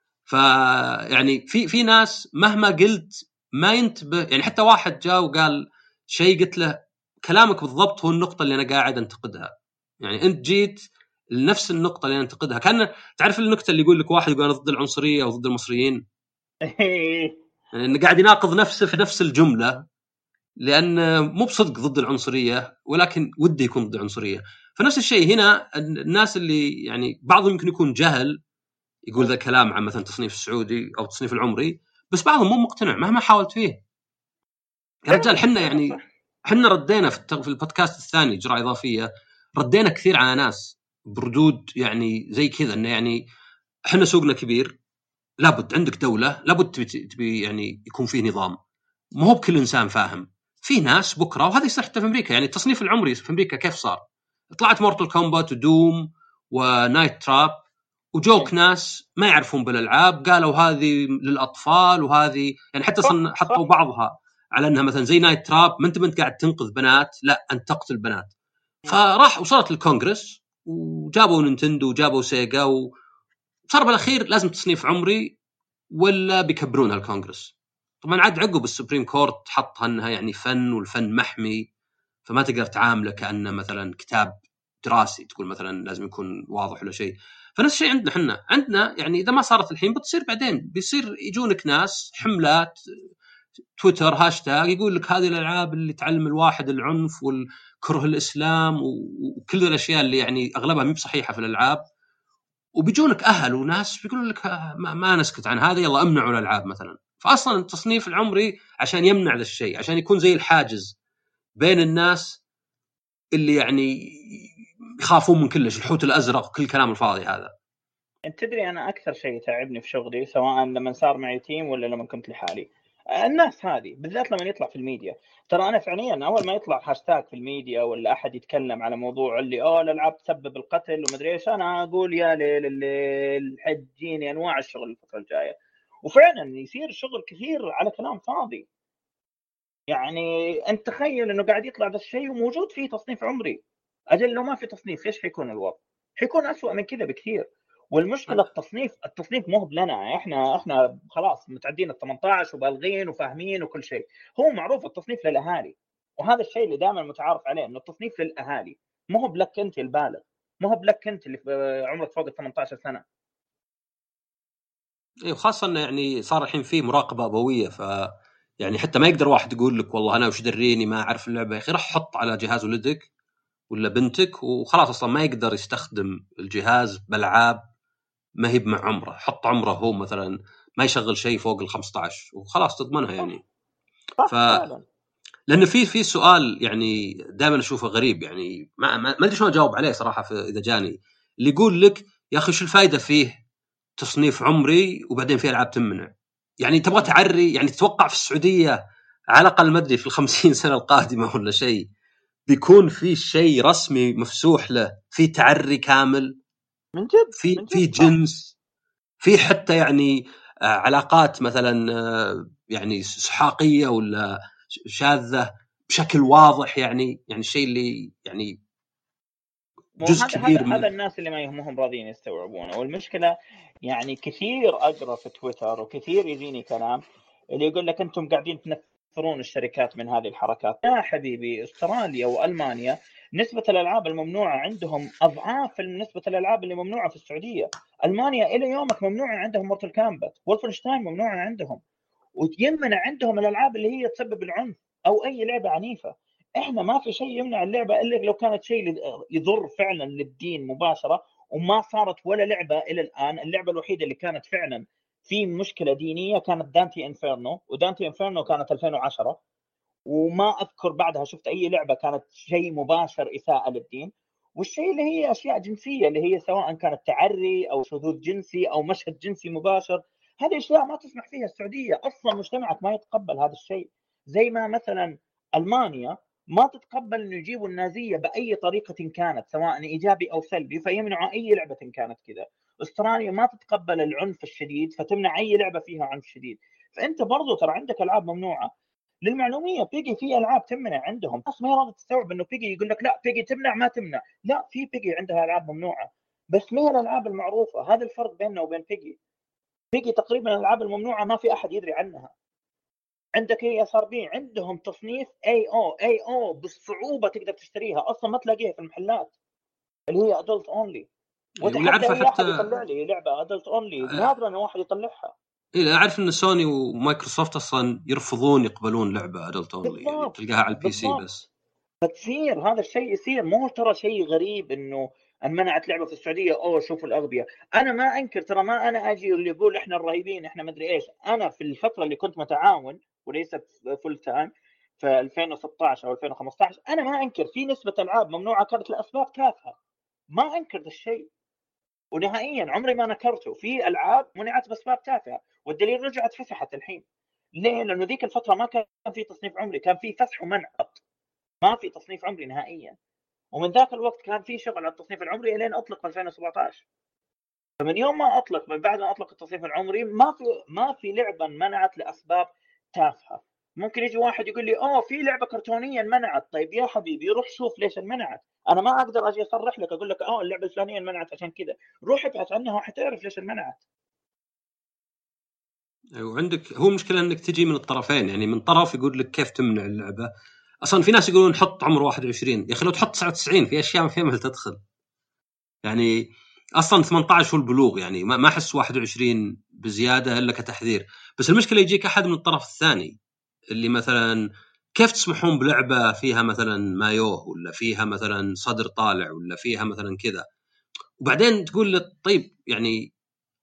فيعني في في ناس مهما قلت ما ينتبه، يعني حتى واحد جاء وقال شيء قلت له كلامك بالضبط هو النقطة اللي أنا قاعد أنتقدها، يعني أنت جيت لنفس النقطة اللي أنا أنتقدها. كان تعرف النكتة اللي يقول لك واحد يقول أنا ضد العنصرية أو ضد المصريين، يعني إنه قاعد يناقض نفسه في نفس الجملة، لأن مو بصدق ضد العنصرية ولكن ودي يكون ضد العنصرية. فنفس الشيء هنا الناس اللي يعني بعضهم يمكن يكون جهل يقول ذا الكلام عن مثلا تصنيف السعودي او تصنيف العمري، بس بعضهم مو مقتنع مهما حاولت فيه. يا رجال حنا يعني حنا ردينا في البودكاست الثاني جرعه اضافيه، ردينا كثير على ناس بردود يعني زي كذا، انه يعني احنا سوقنا كبير، لابد عندك دوله، لابد تبي, تبي يعني يكون فيه نظام، ما هو بكل انسان فاهم. في ناس بكره، وهذا يصير حتى في امريكا، يعني التصنيف العمري في امريكا كيف صار؟ طلعت مورتال كومبات ودوم ونايت تراب، وجوك ناس ما يعرفون بالالعاب قالوا هذه للاطفال وهذه يعني حتى صن حطوا بعضها على انها مثلا زي نايت تراب، ما انت ما انت قاعد تنقذ بنات، لا انت تقتل بنات. فراح وصلت للكونغرس وجابوا نينتندو وجابوا سيجا، وصار بالاخير لازم تصنيف عمري ولا بيكبرونها الكونغرس. طبعا عاد عقب السوبريم كورت حطها انها يعني فن والفن محمي، فما تقدر تعامله كانه مثلا كتاب دراسي تقول مثلا لازم يكون واضح ولا شيء. فنفس الشيء عندنا حنا، عندنا يعني اذا ما صارت الحين بتصير بعدين، بيصير يجونك ناس حملات تويتر هاشتاج يقول لك هذه الالعاب اللي تعلم الواحد العنف والكره الاسلام وكل الاشياء اللي يعني اغلبها مو صحيحه في الالعاب، وبيجونك اهل وناس بيقولوا لك ما, ما نسكت عن هذا، يلا امنعوا الالعاب مثلا. فاصلا التصنيف العمري عشان يمنع ذا الشيء، عشان يكون زي الحاجز بين الناس اللي يعني يخافون من كلش الحوت الازرق كل الكلام الفاضي هذا. انت تدري انا اكثر شيء تعبني في شغلي سواء لما صار معي تيم ولا لما كنت لحالي، الناس هذه بالذات لما يطلع في الميديا. ترى انا فعليا اول ما يطلع هاشتاج في الميديا ولا احد يتكلم على موضوع اللي اه الالعاب تسبب القتل ومدري ايش، انا اقول يا ليل الليل حجيني انواع الشغل الفتره الجايه. وفعلا يصير شغل كثير على كلام فاضي. يعني انت تخيل انه قاعد يطلع ذا الشيء وموجود فيه تصنيف عمري. اجل لو ما في تصنيف ايش حيكون الوضع؟ حيكون أسوأ من كذا بكثير. والمشكله التصنيف التصنيف مو لنا احنا احنا خلاص متعدين ال ثمانية عشر وبالغين وفاهمين وكل شيء. هو معروف التصنيف للاهالي، وهذا الشيء اللي دائما متعارف عليه انه التصنيف للاهالي، ما هو بلك انت البالغ، ما هو بلك انت اللي عمرك فوق ال ثمانية عشر سنه. اي خاصه انه يعني صار الحين في مراقبه ابويه، ف يعني حتى ما يقدر واحد يقول لك والله انا وش دريني ما اعرف اللعبه، يا اخي راح حط على جهاز ولدك ولا بنتك وخلاص، اصلا ما يقدر يستخدم الجهاز بالعاب ما هي بمع عمره، حط عمره هو مثلا ما يشغل شيء فوق ال خمسة عشر وخلاص تضمنها يعني. ف لان في في سؤال يعني دائما اشوفه غريب، يعني ما ما ادري شلون اجاوب عليه صراحه، في اذا جاني اللي يقول لك يا اخي شو الفائده فيه تصنيف عمري وبعدين في العاب تمنع؟ يعني تبغى تعري؟ يعني تتوقع في السعوديه على الاقل ما ادري في الخمسين سنه القادمه ولا شيء بيكون في شيء رسمي مفسوح له في تعري كامل من جد في من جد في جنس، في حتى يعني علاقات مثلا يعني سحاقيه ولا شاذه بشكل واضح، يعني يعني الشيء اللي يعني جزء هذا كبير هذا من هذا الناس اللي ما يهمهم راضيين يستوعبونه. والمشكله يعني كثير اقرا في تويتر وكثير يجيني كلام اللي يقول لك انتم قاعدين تنفرون الشركات من هذه الحركات. يا حبيبي استراليا والمانيا نسبه الالعاب الممنوعه عندهم اضعاف نسبه الالعاب اللي ممنوعه في السعوديه. المانيا الى يومك ممنوعه عندهم مورتال كامبات، وولفنشتاين ممنوعه عندهم، ويمنع عندهم الالعاب اللي هي تسبب العنف او اي لعبه عنيفه. احنا ما في شيء يمنع اللعبه الا لو كانت شيء يضر فعلا للدين مباشره، وما صارت ولا لعبه الى الان. اللعبه الوحيده اللي كانت فعلا في مشكله دينيه كانت دانتي انفيرنو، ودانتي انفيرنو كانت ألفين وعشرة، وما اذكر بعدها شفت اي لعبه كانت شيء مباشر اساءه للدين. والشيء اللي هي اشياء جنسيه اللي هي سواء كانت تعري او شذوذ جنسي او مشهد جنسي مباشر، هذه اشياء ما تسمح فيها السعوديه اصلا. مجتمعك ما يتقبل هذا الشيء. زي ما مثلا المانيا ما تتقبل انه يجيبوا النازيه باي طريقه كانت سواء ايجابي او سلبي، فيمنعوا اي لعبه كانت كذا. استراليا ما تتقبل العنف الشديد فتمنع اي لعبه فيها عنف شديد. فانت برضو ترى عندك العاب ممنوعه. للمعلوميه بيجي في العاب تمنع عندهم، الناس ما راضيه تستوعب انه بيجي يقول لك لا بيجي تمنع ما تمنع. لا، في بيجي عندها العاب ممنوعه بس ما هي الالعاب المعروفه. هذا الفرق بيننا وبين بيجي. بيجي تقريبا الالعاب الممنوعه ما في احد يدري عنها. عندك اي اس ار بي عندهم تصنيف اي او اي او بالصعوبه تقدر تشتريها اصلا ما تلاقيها في المحلات اللي هي ادلت اونلي. واللي وتحدى اعرفه اي احد حتى يطلع لي لعبه ادلت اونلي، نادرا ان واحد يطلعها. إيه، اعرف ان سوني ومايكروسوفت اصلا يرفضون يقبلون لعبه ادلت اونلي، يعني بالضبط تلقاها على البي سي بالضبط. بس. فتصير هذا الشيء يصير، مو ترى شيء غريب انه انمنعت لعبه في السعوديه اوه شوفوا الاغبياء. انا ما انكر، ترى ما انا اجي اللي يقول احنا الرهيبين احنا مدري ايش. انا في الفتره اللي كنت متعاون وليس فول تايم في ألفين وستة عشر او ألفين وخمسة عشر، انا ما انكر في نسبه العاب ممنوعه كانت لاسباب تافهه، ما انكر ذا الشيء ونهائيا عمري ما نكرته. في العاب منعت باسباب تافهه والدليل رجعت فسحت الحين. ليه؟ لانه ذيك الفتره ما كان في تصنيف عمري، كان في فسح ومنع، ما في تصنيف عمري نهائيا. ومن ذاك الوقت كان في شغل على التصنيف العمري الين اطلق في ألفين وسبعة عشر. فمن يوم ما اطلق، من بعد ما اطلق التصنيف العمري، ما في ما في لعبه منعت لاسباب تافهه. ممكن يجي واحد يقول لي اوه في لعبه كرتونيه منعت. طيب يا حبيبي روح شوف ليش منعت. انا ما اقدر اجي اصرح لك اقول لك اوه اللعبه الفلانيه منعت عشان كذا. روح ابحث عنها وحتعرف ليش منعت. وعندك هو مشكلة انك تجي من الطرفين، يعني من طرف يقول لك كيف تمنع اللعبة. اصلا في ناس يقولون حط عمر واحد وعشرين، يا اخي لو تحط تسعة وتسعين في اشياء ما فيها تدخل. يعني اصلا ثمانية عشر هو البلوغ، يعني ما احس واحد وعشرين بزيادة الا كتحذير. بس المشكلة يجيك احد من الطرف الثاني اللي مثلا كيف تسمحون بلعبة فيها مثلا مايوه ولا فيها مثلا صدر طالع ولا فيها مثلا كذا، وبعدين تقول له طيب يعني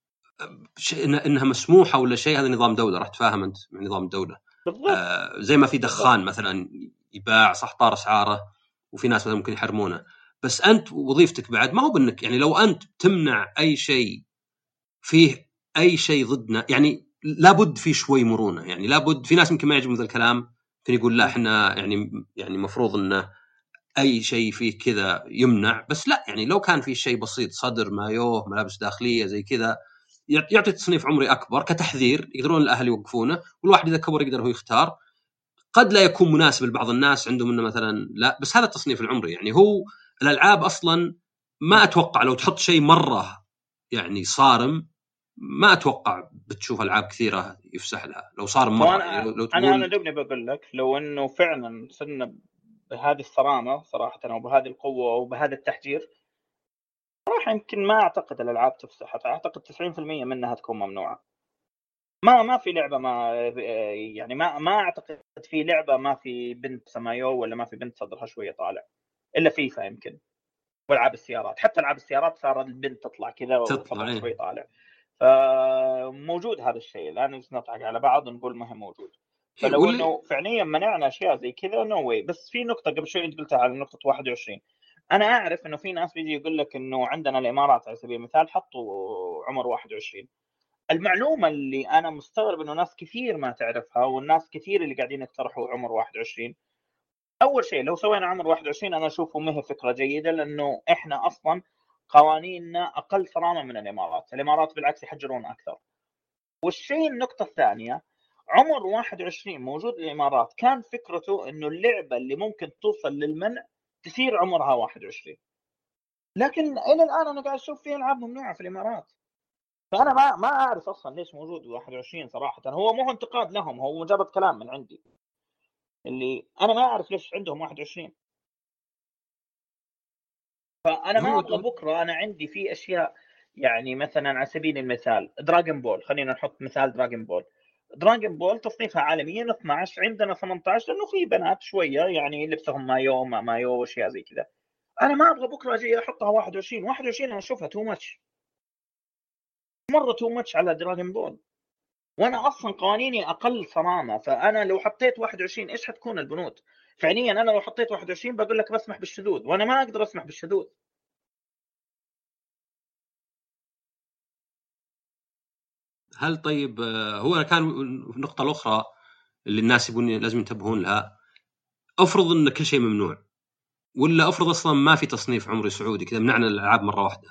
انها مسموحه ولا شيء. هذا نظام دوله، راح تفهم انت من نظام الدوله. آه زي ما في دخان مثلا يباع صح طار اسعاره، وفي ناس مثلا ممكن يحرمونه. بس انت وظيفتك بعد ما هو بانك يعني لو انت تمنع اي شيء فيه اي شيء ضدنا، يعني لابد في شوي مرونه. يعني لابد في ناس يمكن ما يعجبهم ذا الكلام، يمكن يقول لا احنا يعني يعني مفروض انه اي شيء فيه كذا يمنع. بس لا، يعني لو كان في شيء بسيط صدر مايوه ملابس داخليه زي كذا يعطي تصنيف عمري اكبر كتحذير، يقدرون الاهل يوقفونه، والواحد اذا كبر يقدر هو يختار. قد لا يكون مناسب لبعض الناس عندهم انه مثلا لا، بس هذا التصنيف العمري. يعني هو الالعاب اصلا ما اتوقع لو تحط شيء مره يعني صارم، ما اتوقع بتشوف العاب كثيره يفسح لها لو صارم مره. يعني لو, وانا لو انا انا تقول دوبني بقول لك لو انه فعلا صرنا بهذه الصرامه صراحه وبهذه القوه وبهذا التحجير، صراحه يمكن ما اعتقد الالعاب تفسح. اعتقد تسعين بالمئة منها تكون ممنوعه. ما ما في لعبه ما يعني ما ما اعتقد في لعبه ما في بنت سمايو ولا ما في بنت صدرها شويه طالع الا فيفا يمكن. والعاب السيارات، حتى العاب السيارات صار البنت تطلع كذا تطلع وصدرها إيه؟ شوي طالع. فموجود هذا الشيء، لا نضحك على بعض ونقول ما هي موجود. إيه فلو واللي انه فعليا منعنا اشياء زي كذا نو واي. بس في نقطه قبل شوي انت قلتها على نقطه واحد وعشرين. انا اعرف انه في ناس بيجي يقول لك انه عندنا الامارات على سبيل المثال حطوا عمر واحد وعشرين. المعلومه اللي انا مستغرب انه ناس كثير ما تعرفها، والناس كثير اللي قاعدين يقترحوا عمر واحد وعشرين. اول شيء لو سوينا عمر واحد وعشرين انا اشوفه ما هي فكره جيده، لانه احنا اصلا قوانيننا اقل صرامه من الامارات. الامارات بالعكس يحجرون اكثر. والشيء النقطه الثانيه، عمر واحد وعشرين موجود الامارات كان فكرته انه اللعبه اللي ممكن توصل للمنع تصير عمرها واحد وعشرين. لكن الى الان انا قاعد اشوف فيه العاب ممنوعه في الامارات. فانا ما ما اعرف اصلا ليش موجود واحد وعشرين صراحه. هو مو انتقاد لهم، هو مجرد كلام من عندي، اللي انا ما اعرف ليش عندهم واحد وعشرين. فانا ما هو ابغى بكره انا عندي في اشياء، يعني مثلا على سبيل المثال دراغون بول، خلينا نحط مثال دراغون بول. دراغون بول تصنيفها عالميا اثنا عشر، عندنا ثمانية عشر لانه في بنات شويه يعني لبسهم مايو ما مايو واشياء زي كذا. انا ما ابغى بكره اجي احطها واحد وعشرين. واحد وعشرين انا اشوفها تو ماتش، مره تو ماتش على دراغون بول، وانا اصلا قوانيني اقل صرامه. فانا لو حطيت واحد وعشرين ايش حتكون البنود؟ فعليا انا لو حطيت واحد وعشرين بقول لك بسمح بالشذوذ، وانا ما اقدر اسمح بالشذوذ. هل طيب هو كان النقطة الأخرى اللي الناس يبون لازم ينتبهون لها، أفرض أن كل شيء ممنوع، ولا أفرض أصلا ما في تصنيف عمري سعودي كذا منعنا الألعاب مرة واحدة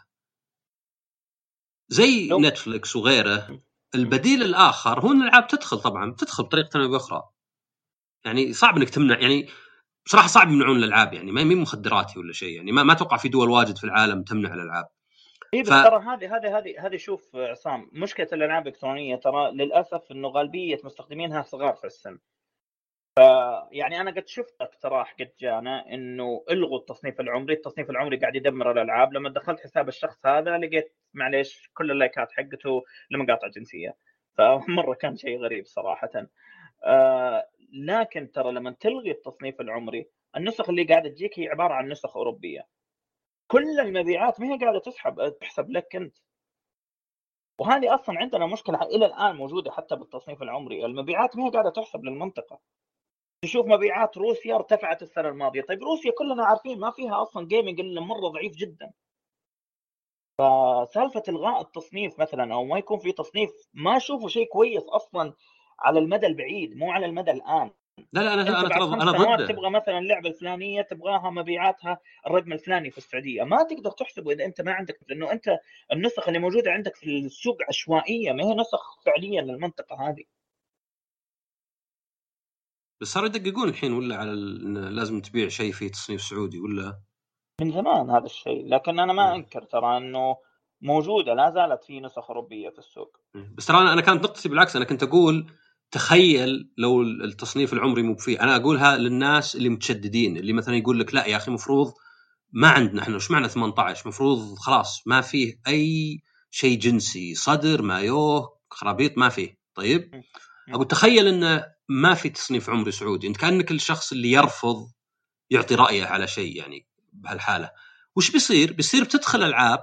زي لو نتفليكس وغيره. البديل الآخر هو أن الألعاب تدخل، طبعا تدخل بطريقة أو بأخرى. يعني صعب أنك تمنع، يعني بصراحة صعب يمنعون الألعاب، يعني ما هي مخدراتي ولا شيء، يعني ما ما توقع في دول واجد في العالم تمنع الألعاب. اي ف بس ترى هذه هذه هذه هذه شوف عصام، مشكله الالعاب الالكترونيه ترى للاسف انه غالبيه مستخدمينها صغار في السن. يعني انا قد شفت اقتراح قد جانا انه الغوا التصنيف العمري. التصنيف العمري قاعد يدمر الالعاب. لما دخلت حساب الشخص هذا لقيت معليش كل اللايكات حقته لمقاطع جنسيه، فمره كان شيء غريب صراحه. آه لكن ترى لما تلغي التصنيف العمري، النسخ اللي قاعده تجيك هي عباره عن نسخ اوروبيه. كل المبيعات ما هي قاعده تسحب تحسب لك انت. وهذه اصلا عندنا مشكله الى الان موجوده حتى بالتصنيف العمري، المبيعات ما هي قاعده تحسب للمنطقه. تشوف مبيعات روسيا ارتفعت السنه الماضيه، طيب روسيا كلنا عارفين ما فيها اصلا جيمنج الا مره ضعيف جدا. فسالفه الغاء التصنيف مثلا او ما يكون في تصنيف ما اشوفه شيء كويس اصلا على المدى البعيد، مو على المدى الان. لا لا انا انت انا بعد ترى خمس انا سنوات ضده. تبغى مثلا اللعبه الفلانيه تبغاها مبيعاتها الرقم الفلاني في السعوديه، ما تقدر تحسبه اذا انت ما عندك، لانه انت النسخ اللي موجوده عندك في السوق عشوائيه، ما هي نسخ فعليا للمنطقه هذه. بس صاروا يدققون الحين ولا على ال... لازم تبيع شيء فيه تصنيف سعودي ولا؟ من زمان هذا الشيء، لكن انا ما انكر ترى انه موجوده، لا زالت في نسخ اوروبيه في السوق. بس ترى انا كانت نقطتي بالعكس، انا كنت اقول تخيل لو التصنيف العمري مو فيه. انا اقولها للناس اللي متشددين، اللي مثلا يقول لك لا يا اخي مفروض ما عندنا احنا وش معنى ثمانية عشر، مفروض خلاص ما فيه اي شيء جنسي، صدر مايوه خرابيط ما فيه. طيب م. م. اقول تخيل انه ما في تصنيف عمري سعودي، انت كانك الشخص اللي يرفض يعطي رايه على شيء. يعني بهالحاله وش بيصير؟ بيصير بتدخل العاب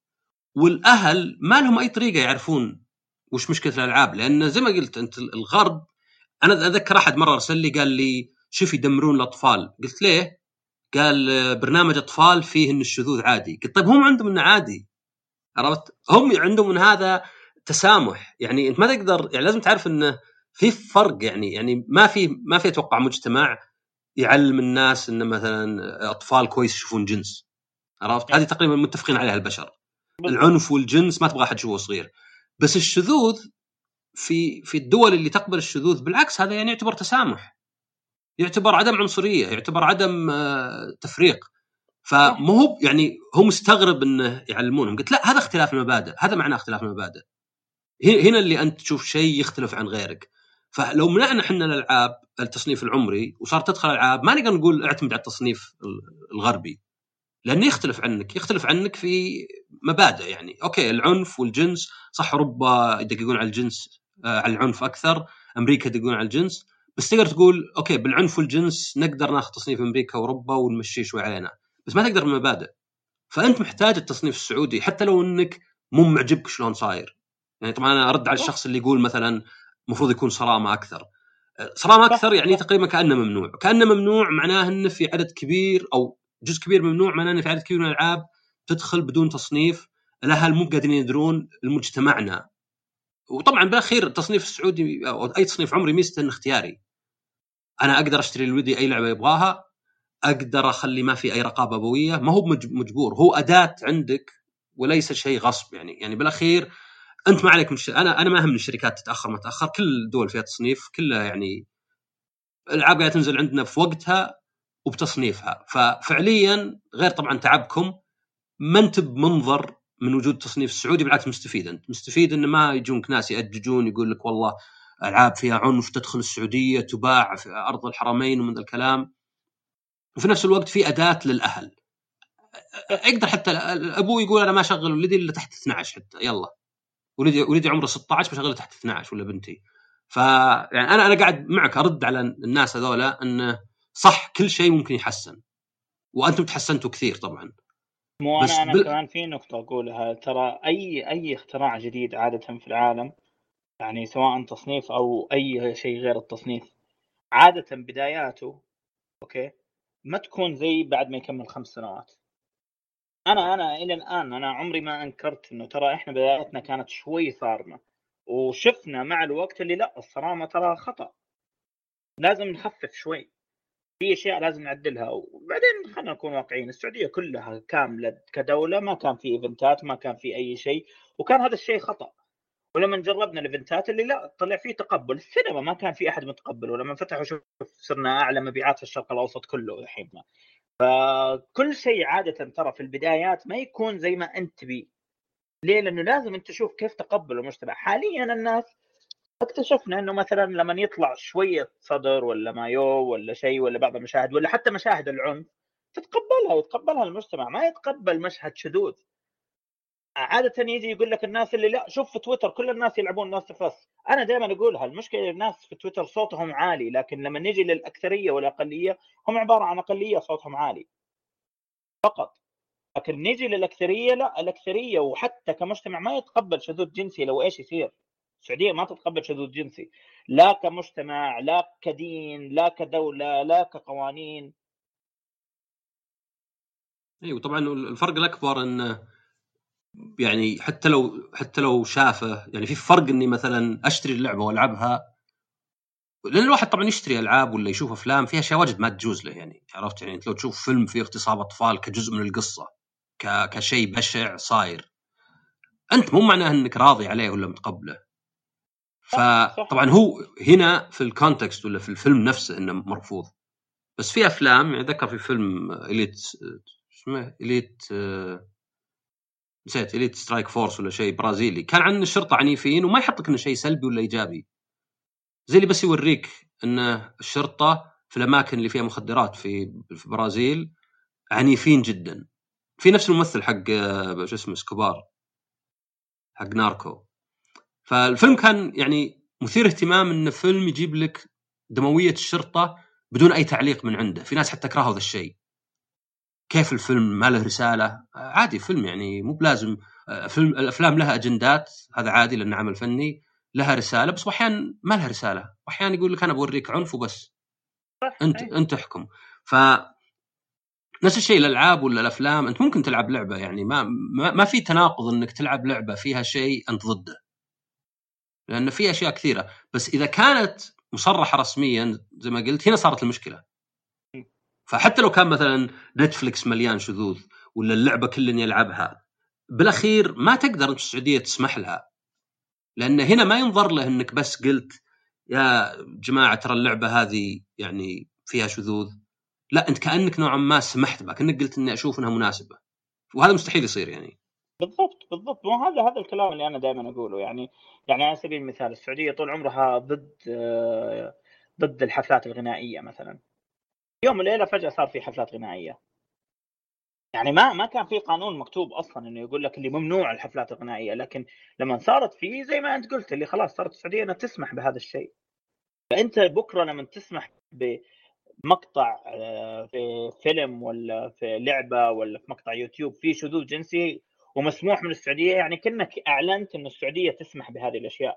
والاهل ما لهم اي طريقه يعرفون وش مشكله الالعاب، لان زي ما قلت انت الغرب. انا اذكر احد مره ارسل لي قال لي شوف يدمرون الاطفال، قلت ليه؟ قال برنامج اطفال فيه ان الشذوذ عادي. قلت طيب هم عندهم انه عادي، عرفت؟ هم عندهم من هذا تسامح. يعني انت ما تقدر، يعني لازم تعرف انه في فرق. يعني يعني ما في ما في اتوقع مجتمع يعلم الناس ان مثلا اطفال كويس يشوفون جنس، عرفت؟ هذه تقريبا متفقين عليها البشر. بالضبط. العنف والجنس ما تبغى احد يشوفه صغير. بس الشذوذ في في الدول اللي تقبل الشذوذ بالعكس هذا يعني يعتبر تسامح، يعتبر عدم عنصريه، يعتبر عدم تفريق. صح. فمو هو يعني هو مستغرب انه يعلمونهم. قلت لا هذا اختلاف المبادئ، هذا معناه اختلاف المبادئ. هنا اللي انت تشوف شيء يختلف عن غيرك. فلو منعنا احنا الالعاب التصنيف العمري وصارت تدخل العاب، ما نقدر نقول اعتمد على التصنيف الغربي، لانه يختلف عنك، يختلف عنك في مبادئ. يعني اوكي العنف والجنس صح، اوروبا يدققون على الجنس على العنف اكثر، امريكا يدققون على الجنس. بس تقدر تقول اوكي بالعنف والجنس نقدر ناخذ تصنيف امريكا واوروبا ونمشي شوي علينا، بس ما تقدر بالمبادئ. فانت محتاج التصنيف السعودي حتى لو انك مو معجبك شلون صاير. يعني طبعا انا ارد على صح. الشخص اللي يقول مثلا المفروض يكون صرامه اكثر. صرامه اكثر صح. يعني صح. تقريبا كانه ممنوع. كانه ممنوع معناه انه في عدد كبير او جزء كبير ممنوع، معناه انه في عدد كبير من الالعاب تدخل بدون تصنيف. الاهل مو قادرين يدرون المجتمعنا. وطبعا بالاخير التصنيف السعودي او اي تصنيف عمري ميزته انه اختياري. انا اقدر اشتري لولدي اي لعبه يبغاها، اقدر اخلي ما في اي رقابه ابويه، ما هو مجبور، هو اداه عندك وليس شيء غصب. يعني يعني بالاخير انت ما عليك من الش... انا انا ما اهم الشركات تتاخر ما تاخر، كل الدول فيها تصنيف، كلها يعني الالعاب قاعده تنزل عندنا في وقتها وبتصنيفها. ففعليا غير طبعا تعبكم، ما انت بمنظر من وجود تصنيف السعودي، بالعكس مستفيد. انت مستفيد ان ما يجونك ناس يأججون يقول لك والله العاب فيها عنف تدخل السعوديه تباع في ارض الحرمين ومن الكلام. وفي نفس الوقت في اداه للاهل، اقدر حتى الابو يقول انا ما اشغل ولدي الا تحت اثني عشر، حتى يلا ولدي ولدي عمره ستة عشر بشغله تحت اثني عشر ولا بنتي. ف يعني انا انا قاعد معك ارد على الناس هذولا انه صح كل شيء ممكن يحسن، وانتم تحسنتوا كثير طبعا. مو بس انا انا بال... كمان في نقطه اقولها، ترى اي اي اختراع جديد عاده في العالم، يعني سواء تصنيف او اي شيء غير التصنيف، عاده بداياته اوكي ما تكون زي بعد ما يكمل خمس سنوات. انا انا الى الان انا عمري ما انكرت انه ترى احنا بداياتنا كانت شوي صارمه، وشفنا مع الوقت اللي لا الصرامه ترى خطا، لازم نخفف شوي في اشياء لازم نعدلها. وبعدين خلينا نكون واقعيين، السعوديه كلها كامله كدوله ما كان في ايفنتات، ما كان في اي شيء، وكان هذا الشيء خطا. ولما جربنا الايفنتات اللي لا طلع فيه تقبل، السينما ما كان في احد متقبل، ولما فتحوا شوف صرنا اعلى مبيعات في الشرق الاوسط كله الحين. فكل شيء عاده ترى في البدايات ما يكون زي ما انت تبي. ليه؟ لانه لازم انت تشوف كيف تقبل المجتمع. حاليا الناس اكتشفنا انه مثلا لما يطلع شويه صدر ولا مايو ولا شيء ولا بعض المشاهد ولا حتى مشاهد العنف تتقبلها، يتقبلها المجتمع، ما يتقبل مشهد شذوذ. عاده يجي يقول لك الناس اللي لا شوف في تويتر كل الناس يلعبون ناس فس. انا دائما اقولها، المشكله الناس في تويتر صوتهم عالي، لكن لما نجي للاكثريه والاقليه هم عباره عن اقليه صوتهم عالي فقط. لكن نجي للاكثريه لا، الاكثريه وحتى كمجتمع ما يتقبل شذوذ جنسي لو ايش يصير. السعوديه ما تتقبل شذوذ جنسي، لا كمجتمع لا كدين لا كدوله لا كقوانين. ايوه طبعا الفرق الاكبر انه يعني حتى لو حتى لو شافه، يعني في فرق اني مثلا اشتري اللعبه والعبها، لان الواحد طبعا يشتري العاب ولا يشوف افلام فيها اشياء واجد ما تجوز له، يعني عرفت؟ يعني انت لو تشوف فيلم فيه اغتصاب اطفال كجزء من القصه ك... كشيء بشع صاير، انت مو معناه انك راضي عليه ولا متقبله. صح صح. فطبعا هو هنا في الكونتكست ولا في الفيلم نفسه انه مرفوض. بس في افلام، يعني ذكر في فيلم اليت اسمه اليت نسيت اليت سترايك فورس ولا شيء برازيلي، كان عن الشرطه عنيفين وما يحط لك انه شيء سلبي ولا ايجابي، زي اللي بس يوريك ان الشرطه في الاماكن اللي فيها مخدرات في في البرازيل عنيفين جدا. في نفس الممثل حق شو اسمه سكوبار حق ناركو. فالفيلم كان يعني مثير اهتمام، انه فيلم يجيب لك دمويه الشرطه بدون اي تعليق من عنده. في ناس حتى كرهوا هذا الشيء، كيف الفيلم ما له رساله؟ عادي فيلم، يعني مو بلازم فيلم. الافلام لها اجندات، هذا عادي لانه عمل فني، لها رساله، بس احيانا ما لها رساله، واحيانا يقول لك انا بوريك عنف وبس، صح انت أي. انت احكم. ف نفس الشيء الالعاب ولا الافلام، انت ممكن تلعب لعبه، يعني ما ما, ما في تناقض انك تلعب لعبه فيها شيء انت ضده، لان في اشياء كثيره. بس اذا كانت مصرحه رسميا زي ما قلت هنا صارت المشكله. فحتى لو كان مثلا نتفليكس مليان شذوذ ولا اللعبه كل يلعبها، بالاخير ما تقدر انت السعوديه تسمح لها، لان هنا ما ينظر له انك بس قلت يا جماعه ترى اللعبه هذه يعني فيها شذوذ، لا انت كانك نوعا ما سمحت بها، كانك قلت اني اشوف انها مناسبه، وهذا مستحيل يصير يعني. بالضبط بالضبط، مو هذا هذا الكلام اللي انا دائما اقوله. يعني يعني على سبيل المثال السعوديه طول عمرها ضد آه، ضد الحفلات الغنائيه مثلا. يوم وليله فجاه صار في حفلات غنائيه. يعني ما ما كان في قانون مكتوب اصلا انه يقول لك اللي ممنوع الحفلات الغنائيه، لكن لما صارت فيه زي ما انت قلت اللي خلاص صارت السعوديه انها تسمح بهذا الشيء. فانت بكره لما تسمح بمقطع آه، في فيلم ولا في لعبه ولا في مقطع يوتيوب فيه شذوذ جنسي ومسموح من السعوديه، يعني كأنك اعلنت ان السعوديه تسمح بهذه الاشياء.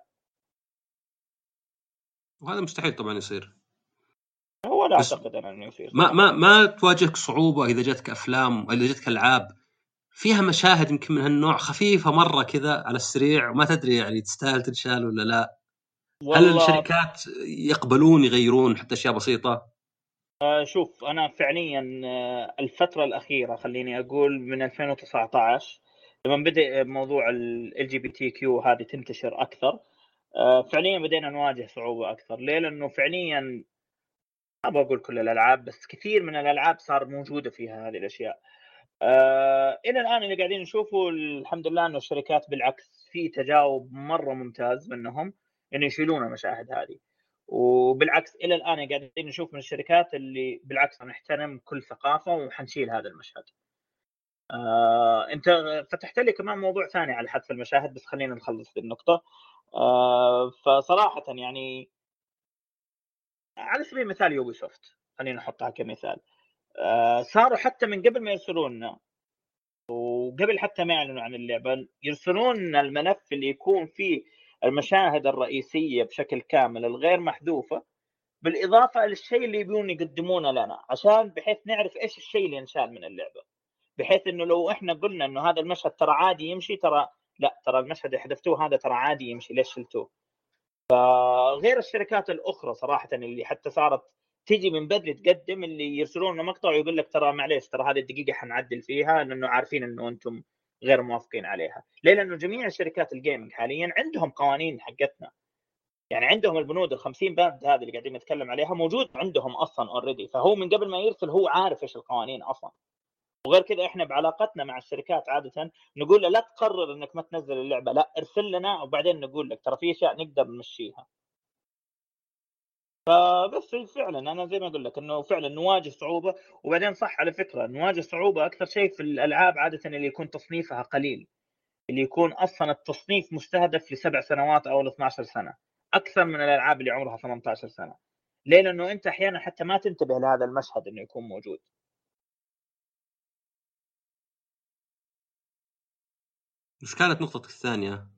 وهذا مستحيل طبعا يصير. هو لا بس اعتقد انا انه يصير ما صراحه. ما ما تواجهك صعوبه اذا جتك افلام اذا جتك العاب فيها مشاهد يمكن من هالنوع خفيفه مره كذا على السريع وما تدري يعني تستاهل تنشال ولا لا؟ هل والله الشركات يقبلون يغيرون حتى اشياء بسيطه؟ آه، شوف انا فعليا آه، الفتره الاخيره خليني اقول من ألفين وتسعة عشر لما بدا موضوع ال جي بي تي كيو هذه تنتشر اكثر، آه، فعليا بدينا نواجه صعوبه اكثر. ليه؟ لانه فعليا ما بقول كل الالعاب بس كثير من الالعاب صار موجوده فيها هذه الاشياء. آه الى الان اللي قاعدين نشوفه الحمد لله انه الشركات بالعكس في تجاوب مره ممتاز منهم انه يشيلون المشاهد هذه، وبالعكس الى الان قاعدين نشوف من الشركات اللي بالعكس نحترم كل ثقافه وحنشيل هذا المشهد. آه انت فتحت لي كمان موضوع ثاني على حذف المشاهد، بس خلينا نخلص النقطه. آه فصراحه يعني على سبيل المثال يوبي سوفت خلينا نحطها كمثال، آه صاروا حتى من قبل ما يرسلون وقبل حتى ما يعلنوا عن اللعبه يرسلون الملف اللي يكون فيه المشاهد الرئيسيه بشكل كامل الغير محذوفه، بالاضافه للشيء اللي يبون يقدمونه لنا عشان بحيث نعرف ايش الشيء اللي انشال من اللعبه، بحيث انه لو احنا قلنا انه هذا المشهد ترى عادي يمشي، ترى لا ترى المشهد اللي حذفتوه هذا ترى عادي يمشي، ليش شلتوه؟ فغير الشركات الاخرى صراحه اللي حتى صارت تيجي من بدري تقدم اللي يرسلون لنا مقطع ويقول لك ترى معليش ترى هذه الدقيقه حنعدل فيها لانه عارفين انه انتم غير موافقين عليها. ليه؟ لانه جميع الشركات الجيمنج حاليا عندهم قوانين حقتنا، يعني عندهم البنود ال خمسين بند هذه اللي قاعدين نتكلم عليها موجود عندهم اصلا اوريدي، فهو من قبل ما يرسل هو عارف ايش القوانين اصلا. وغير كذا احنا بعلاقتنا مع الشركات عاده نقول له لا تقرر انك ما تنزل اللعبه، لا ارسل لنا وبعدين نقول لك ترى في اشياء نقدر نمشيها. فبس فعلا انا زي ما اقول لك انه فعلا نواجه صعوبه. وبعدين صح على فكره نواجه صعوبه اكثر شيء في الالعاب عاده اللي يكون تصنيفها قليل، اللي يكون اصلا التصنيف مستهدف لسبع سنوات او ل اثنتي عشرة سنه، اكثر من الالعاب اللي عمرها ثمانية عشر سنه. ليه؟ لانه انت احيانا حتى ما تنتبه لهذا المشهد انه يكون موجود. وش كانت نقطتك الثانيه؟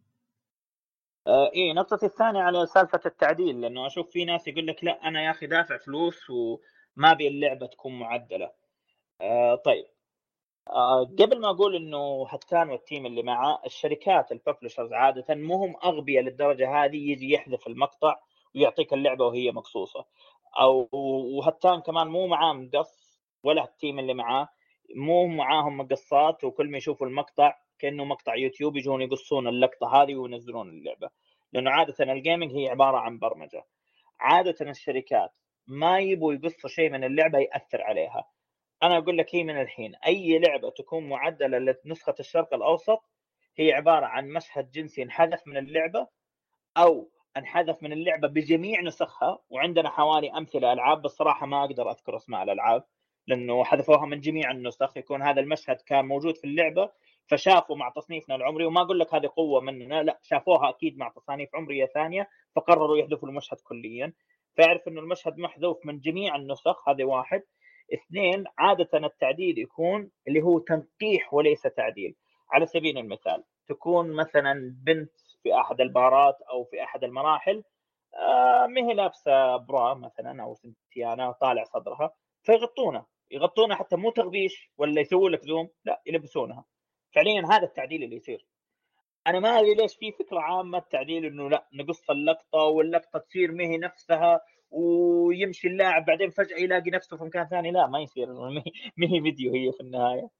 آه ايه نقطتي الثانيه على سالفه التعديل، لانه اشوف في ناس يقول لك لا انا يا اخي دافع فلوس وما ابي اللعبه تكون معدله. آه طيب، آه قبل ما اقول انه هتان والتيم اللي معه الشركات الببلشرز عاده مو هم اغبياء للدرجه هذه يجي يحذف المقطع ويعطيك اللعبه وهي مقصوصه، او وهتان كمان مو معاه مقص ولا التيم اللي معاه مو معاهم مقصات وكل ما يشوفوا المقطع كانه مقطع يوتيوب يجون يقصون اللقطه هذه وينزلون اللعبه، لانه عاده الجيمنج هي عباره عن برمجه. عاده الشركات ما يبوا يقصوا شيء من اللعبه ياثر عليها. انا اقول لك هي من الحين اي لعبه تكون معدله لنسخه الشرق الاوسط هي عباره عن مشهد جنسي انحذف من اللعبه او انحذف من اللعبه بجميع نسخها، وعندنا حوالي امثله العاب بصراحه ما اقدر اذكر اسماء الالعاب لانه حذفوها من جميع النسخ، يكون هذا المشهد كان موجود في اللعبه فشافوا مع تصنيفنا العمري، وما اقول لك هذه قوه مننا لا شافوها اكيد مع تصانيف عمريه ثانيه فقرروا يحذفوا المشهد كليا، فيعرف انه المشهد محذوف من جميع النسخ. هذه واحد. اثنين، عاده التعديل يكون اللي هو تنقيح وليس تعديل. على سبيل المثال تكون مثلا بنت في احد البارات او في احد المراحل آه ما هي لابسه برا مثلا او سنتيانا طالع صدرها فيغطونها يغطونها حتى مو تغبيش ولا يسووا لك زوم، لا يلبسونها. فعليا هذا التعديل اللي يصير. انا ما ادري ليش في فكره عامه التعديل انه لا نقص اللقطه واللقطه تصير ما هي نفسها ويمشي اللاعب بعدين فجاه يلاقي نفسه في مكان ثاني. لا ما يصير، ما هي فيديو هي في النهايه.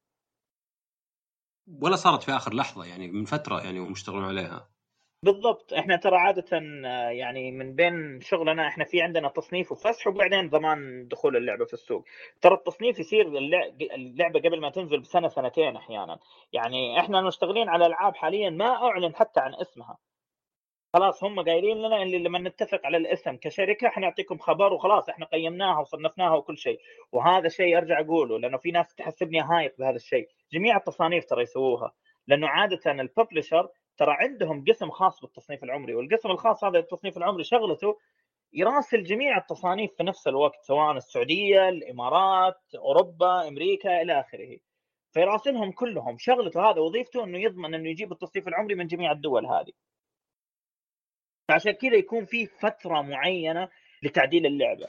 ولا صارت في اخر لحظه يعني من فتره يعني ومشتغلون عليها. بالضبط. احنا ترى عادة يعني من بين شغلنا احنا في عندنا تصنيف وفسح وبعدين ضمان دخول اللعبة في السوق. ترى التصنيف يصير اللعبة قبل ما تنزل بسنة سنتين احيانا. يعني احنا مشتغلين على العاب حاليا ما اعلن حتى عن اسمها، خلاص هم قايلين لنا اللي لما نتفق على الاسم كشركة حنعطيكم خبر وخلاص احنا قيمناها وصنفناها وكل شيء. وهذا شيء ارجع اقوله لانه في ناس تحسبني هايط بهذا الشيء، جميع التصانيف ترى يسووها لانه عادة الببلشر ترى عندهم قسم خاص بالتصنيف العمري، والقسم الخاص هذا التصنيف العمري شغلته يراسل جميع التصانيف في نفس الوقت سواء السعودية الامارات اوروبا امريكا الى اخره، فيراسلهم كلهم. شغلته هذا وظيفته انه يضمن انه يجيب التصنيف العمري من جميع الدول هذه، فعشان كذا يكون في فترة معينة لتعديل اللعبة.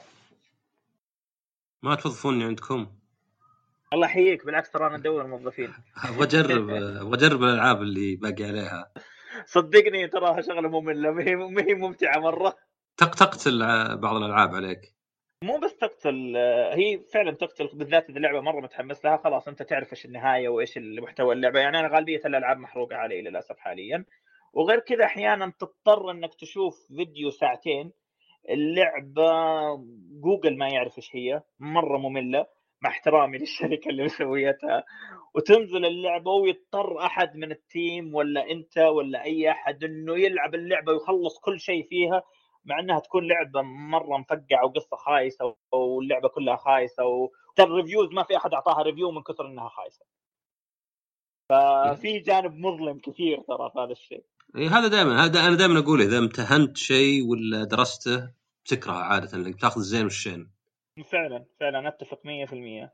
ما توظفوني عندكم؟ الله يحييك، بالعكس ترى انا ادور موظفين. ابغى اجرب ابغى اجرب الالعاب اللي باقي عليها. صدقني تراها شغلة مملة، ما هي ممتعة مرة. تق تقتل بعض الالعاب عليك. مو بس تقتل، هي فعلا تقتل بالذات اذا اللعبة مرة متحمس لها خلاص انت تعرف ايش النهاية وايش المحتوى اللعبة. يعني انا غالبية الالعاب محروقة علي للاسف حاليا. وغير كذا احيانا تضطر انك تشوف فيديو ساعتين اللعبة جوجل ما يعرف ايش هي، مرة مملة. مع احترامي للشركة اللي مسويتها، وتنزل اللعبة ويضطر أحد من التيم ولا أنت ولا أي أحد إنه يلعب اللعبة ويخلص كل شيء فيها، مع أنها تكون لعبة مرة مفقعة وقصة خايسة واللعبة كلها خايسة، وترى الريفيوز ما في أحد أعطاها ريفيو من كثر إنها خايسة. ففي جانب مظلم كثير ترى في هذا الشيء. إيه هذا دائما، هذا أنا دائما أقول إذا امتهنت شيء ولا درسته تكره عادة، لأنك تأخذ الزين والشين. فعلا فعلا أتفق مية في المية.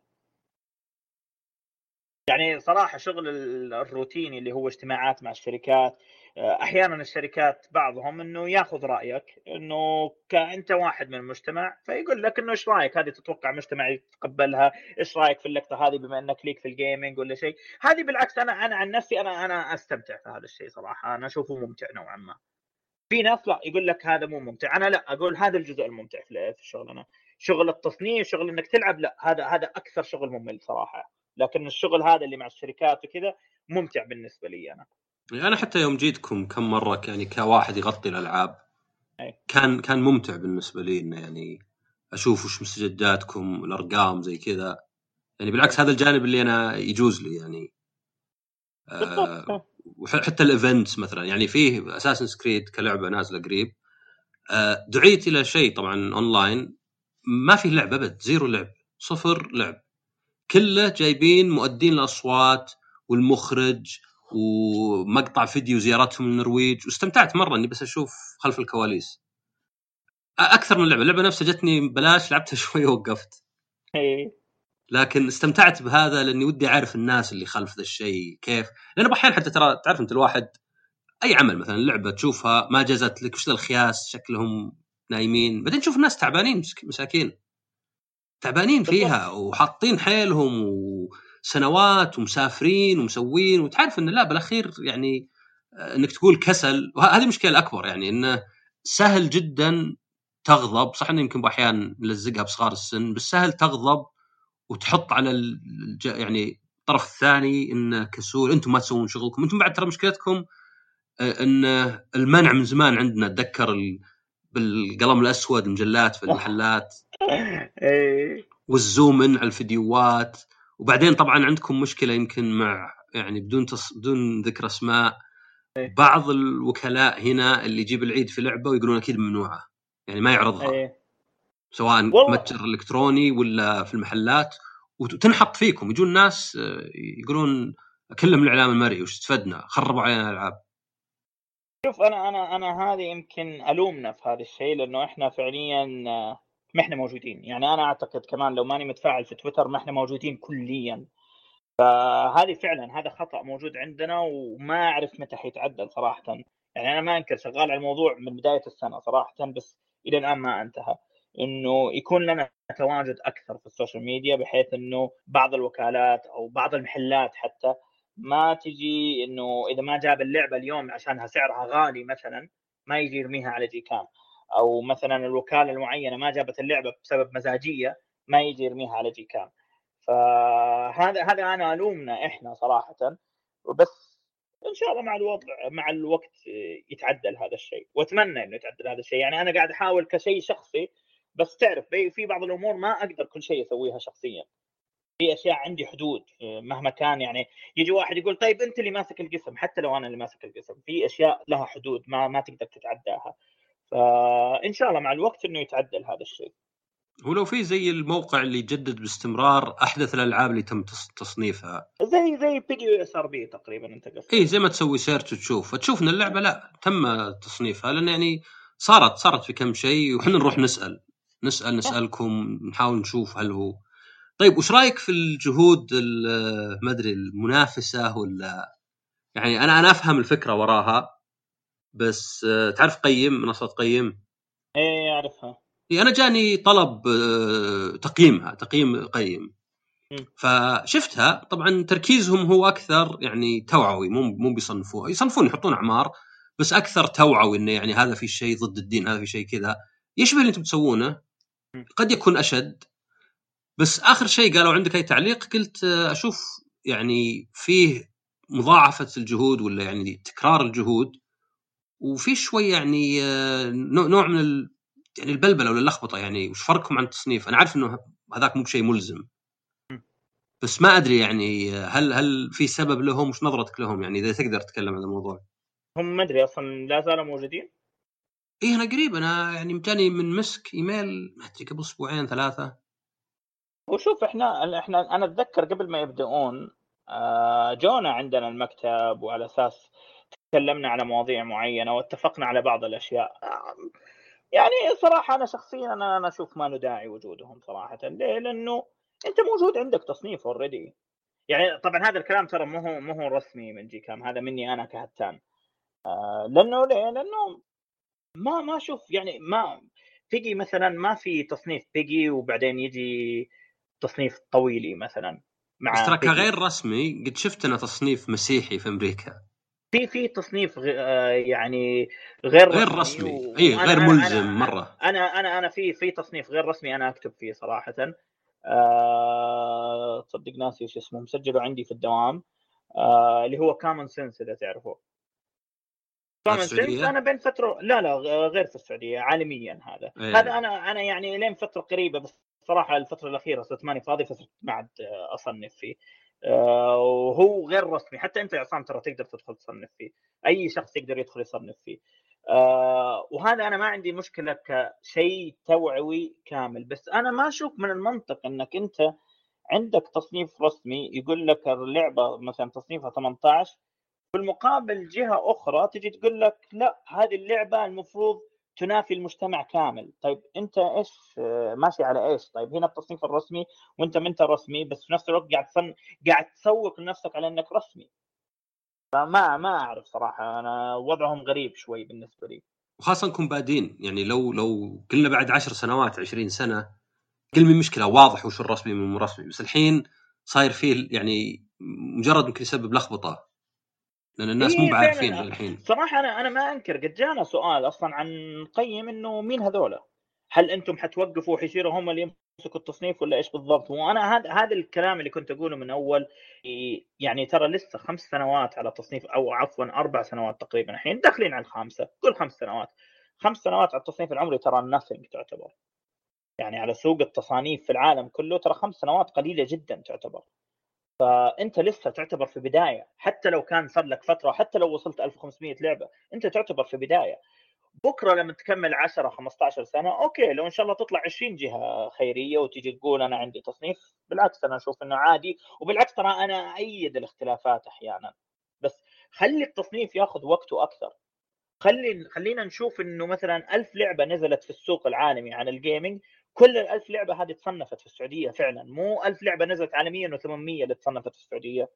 يعني صراحة شغل الروتيني اللي هو اجتماعات مع الشركات، أحيانا الشركات بعضهم إنه يأخذ رأيك، إنه كأنت واحد من المجتمع فيقول لك إنه إيش رأيك هذه، تتوقع مجتمع يتقبلها، إيش رأيك في اللقطة هذه بما إنك ليك في الجيمينج ولا شيء. هذه بالعكس أنا أنا عن نفسي أنا أنا أستمتع في هذا الشيء صراحة، أنا أشوفه ممتع نوعا ما. في ناس لا يقول لك هذا مو ممتع، أنا لا أقول هذا الجزء الممتع في الشغل. أنا شغل التصنيع، شغل إنك تلعب، لا هذا هذا أكثر شغل ممل صراحة، لكن الشغل هذا اللي مع الشركات وكذا ممتع بالنسبة لي أنا. أنا حتى يوم جيتكم كم مرة يعني كواحد يغطي الألعاب أي. كان كان ممتع بالنسبة لي، إنه يعني أشوف وش مستجداتكم الأرقام زي كذا، يعني بالعكس أي. هذا الجانب اللي أنا يجوز لي يعني. بالضبط. أه وحتى الإيفنتس مثلا، يعني فيه أساسن سكريد كلعبة نازلة قريب، أه دعيت إلى شيء طبعا أونلاين، ما فيه لعبة أبد، زيرو لعب، صفر لعب، كله جايبين مؤدين الأصوات والمخرج ومقطع فيديو زيارتهم النرويج، واستمتعت مرة إني بس أشوف خلف الكواليس أكثر من لعبة. اللعبة نفسها جتني بلاش، لعبتها شوي ووقفت، أي. لكن استمتعت بهذا لأني ودي أعرف الناس اللي خلف ذا الشيء كيف. لأنه بأحيان حتى ترى تعرف أنت الواحد أي عمل مثلا لعبة تشوفها ما جازت لك، وش ذا الخياس شكلهم نايمين، بعدين تشوف الناس تعبانين مساكين تعبانين فيها بالضبط. وحاطين حيلهم وسنوات ومسافرين ومسوين، وتعرف ان لا بالاخير يعني انك تقول كسل، وهذه المشكله الاكبر، يعني انه سهل جدا تغضب، صح انه يمكن باحيان نلزقها بصغار السن، بس سهل تغضب وتحط على الج... يعني الطرف الثاني انه كسول، انتم ما تسوون شغلكم، انتم بعد ترى مشكلتكم ان المنع من زمان عندنا، اتذكر ال... بالقلم الاسود المجلات في المحلات أي. والزوم ان على الفيديوهات. وبعدين طبعا عندكم مشكله يمكن مع يعني بدون تص... بدون ذكر اسماء، بعض الوكلاء هنا اللي يجيب العيد في لعبه ويقولون اكيد ممنوعه، يعني ما يعرضها أي. سواء والله متجر الكتروني ولا في المحلات، وتنحط فيكم. يجون ناس يقولون كلهم الاعلام المرئي وش استفدنا، خربوا علينا الالعاب. شوف، انا انا انا هذه يمكن الومنا في هذا الشيء، لانه احنا فعليا ما احنا موجودين. يعني انا اعتقد كمان لو ماني متفاعل في تويتر ما احنا موجودين كليا. فهذه فعلا هذا خطأ موجود عندنا وما اعرف متى حيتعدل صراحة. يعني انا ما انكر شغال على الموضوع من بداية السنة صراحة، بس الى الان ما انتهى انه يكون لنا تواجد اكثر في السوشيال ميديا، بحيث انه بعض الوكالات او بعض المحلات حتى ما تجي انه اذا ما جاب اللعبه اليوم عشانها سعرها غالي مثلا ما يجي يرميها على جي كام، او مثلا الوكاله المعينه ما جابت اللعبه بسبب مزاجيه ما يجي يرميها على جي كام. فهذا هذا انا الومنا احنا صراحه، وبس ان شاء الله مع الوضع مع الوقت يتعدل هذا الشيء، واتمنى انه يتعدل هذا الشيء. يعني انا قاعد احاول كشيء شخصي، بس تعرف في بعض الامور ما اقدر كل شيء اسويها شخصيا، في اشياء عندي حدود مهما كان. يعني يجي واحد يقول طيب انت اللي ماسك القسم، حتى لو انا اللي ماسك القسم في اشياء لها حدود ما ما تقدر تتعداها. فان شاء الله مع الوقت انه يتعدل هذا الشيء. ولو في زي الموقع اللي يجدد باستمرار احدث الالعاب اللي تم تصنيفها، زي زي بي دي اس ار بي تقريبا انت قصدك. اي زي ما تسوي سيرش وتشوف فتشوف ان اللعبه لا تم تصنيفها، لان يعني صارت صارت في كم شيء، وحنا نروح نسال نسال نسالكم نحاول نشوف هل هو. طيب وش رايك في الجهود ما ادري المنافسه ولا، يعني انا انا افهم الفكره وراها، بس تعرف قيم منصه قيم؟ ايه اعرفها. اي انا جاني طلب تقييمها، تقييم قيم، م. فشفتها. طبعا تركيزهم هو اكثر يعني توعوي، مو مو بيصنفوه، يصنفون يحطون اعمار، بس اكثر توعوي، انه يعني هذا في شيء ضد الدين، هذا في شيء كذا يشبه اللي انتم تسوونه، قد يكون اشد. بس اخر شيء قالوا عندك اي تعليق؟ قلت اشوف يعني فيه مضاعفه الجهود ولا يعني تكرار الجهود، وفي شوي يعني نوع من ال... يعني البلبله ولا اللخبطه، يعني وش فرقكم عن التصنيف؟ انا عارف انه هذاك مو بشيء ملزم، بس ما ادري يعني هل هل في سبب لهم؟ وش نظرتك لهم يعني اذا تقدر تتكلم عن الموضوع؟ هم ما ادري اصلا لا زالوا موجودين. ايه انا قريب، انا يعني مجاني من مسك ايميل ما ادري قبل اسبوعين ثلاثه. وشوف احنا احنا انا اتذكر قبل ما يبدؤون آه، جونا عندنا المكتب وعلى اساس تكلمنا على مواضيع معينه واتفقنا على بعض الاشياء. آه، يعني صراحه انا شخصيا انا انا اشوف ما له داعي وجودهم صراحه. ليه؟ لانه انت موجود عندك تصنيف اوريدي. يعني طبعا هذا الكلام ترى مو هو مو هو رسمي من جي كام، هذا مني انا كهتان. آه، لانه ليه؟ لانه ما ما اشوف يعني ما بيجي مثلا ما في تصنيف بيجي وبعدين يجي تصنيف طويلي مثلا بس مع ترى بيجي. كغير رسمي قد شفت انا تصنيف مسيحي في امريكا. في في تصنيف غ- آه، يعني غير غير رسمي رسمي، و- اي وانا غير انا ملزم انا مره. انا انا انا في في تصنيف غير رسمي انا اكتب فيه صراحه. آه، تصدق ناسي ايش اسمه، مسجله عندي في الدوام. آه، اللي هو كامن سنس اذا تعرفه. هذا في كومن سنس السعوديه؟ انا بين فتره لا لا غير في السعوديه عالميا. هذا هذا ايه. انا انا يعني لين فتره قريبه بس صراحه الفتره الاخيره صرت ماني فاضي فصرت ما عاد اصنف فيه. آه، وهو غير رسمي، حتى انت يا عصام ترى تقدر تدخل تصنف فيه، اي شخص يقدر يدخل يصنف فيه. آه، وهذا انا ما عندي مشكله كشيء توعوي كامل، بس انا ما اشوف من المنطق انك انت عندك تصنيف رسمي يقول لك اللعبه مثلا تصنيفها ثمانية عشر، في المقابل جهة أخرى تجي تقول لك لا هذه اللعبة المفروض تنافي المجتمع كامل. طيب أنت إيش آه، ماشي على إيش؟ طيب هنا التصنيف الرسمي وأنت ما أنت رسمي، بس في نفس الوقت قاعد تصن... قاعد تسوق لنفسك على أنك رسمي. فما ما أعرف صراحة، أنا وضعهم غريب شوي بالنسبة لي. وخاصه نكون بادين يعني لو لو قلنا بعد عشر سنوات عشرين سنه قل من مشكله واضح وش الرسمي من مو رسمي، بس الحين صاير فيه يعني مجرد ممكن يسبب لخبطه لان الناس مو اي بعارفين فعلا للحين. صراحه انا انا ما انكر قد جانا سؤال اصلا عن نقيم انه مين هذولا، هل انتم حتوقفوا وحيصيروا هم اللي يمسكوا التصنيف ولا ايش بالضبط. وانا هذا هذا الكلام اللي كنت اقوله من اول. يعني ترى لسه خمس سنوات على تصنيف، او عفوا اربع سنوات تقريبا، الحين داخلين على الخامسه، قول خمس سنوات. خمس سنوات على التصنيف العمري ترى ناثينج تعتبر. يعني على سوق التصانيف في العالم كله ترى خمس سنوات قليله جدا تعتبر. فانت لسه تعتبر في بدايه، حتى لو كان صار لك فتره، حتى لو وصلت ألف وخمسمية لعبه انت تعتبر في بدايه. بكره لما تكمل عشرة خمسة عشر سنه اوكي، لو ان شاء الله تطلع عشرين جهه خيريه وتيجي تقول انا عندي تصنيف، بالعكس انا اشوف انه عادي. وبالعكس ترى انا ايد الاختلافات احيانا، بس خلي التصنيف ياخذ وقته اكثر. خلي خلينا نشوف انه مثلا ألف لعبه نزلت في السوق العالمي عن الجيمنج، كل الألف لعبه هذه تصنفت في السعوديه فعلا، مو ألف لعبه نزلت عالميا و800 اللي تصنفت في السعوديه.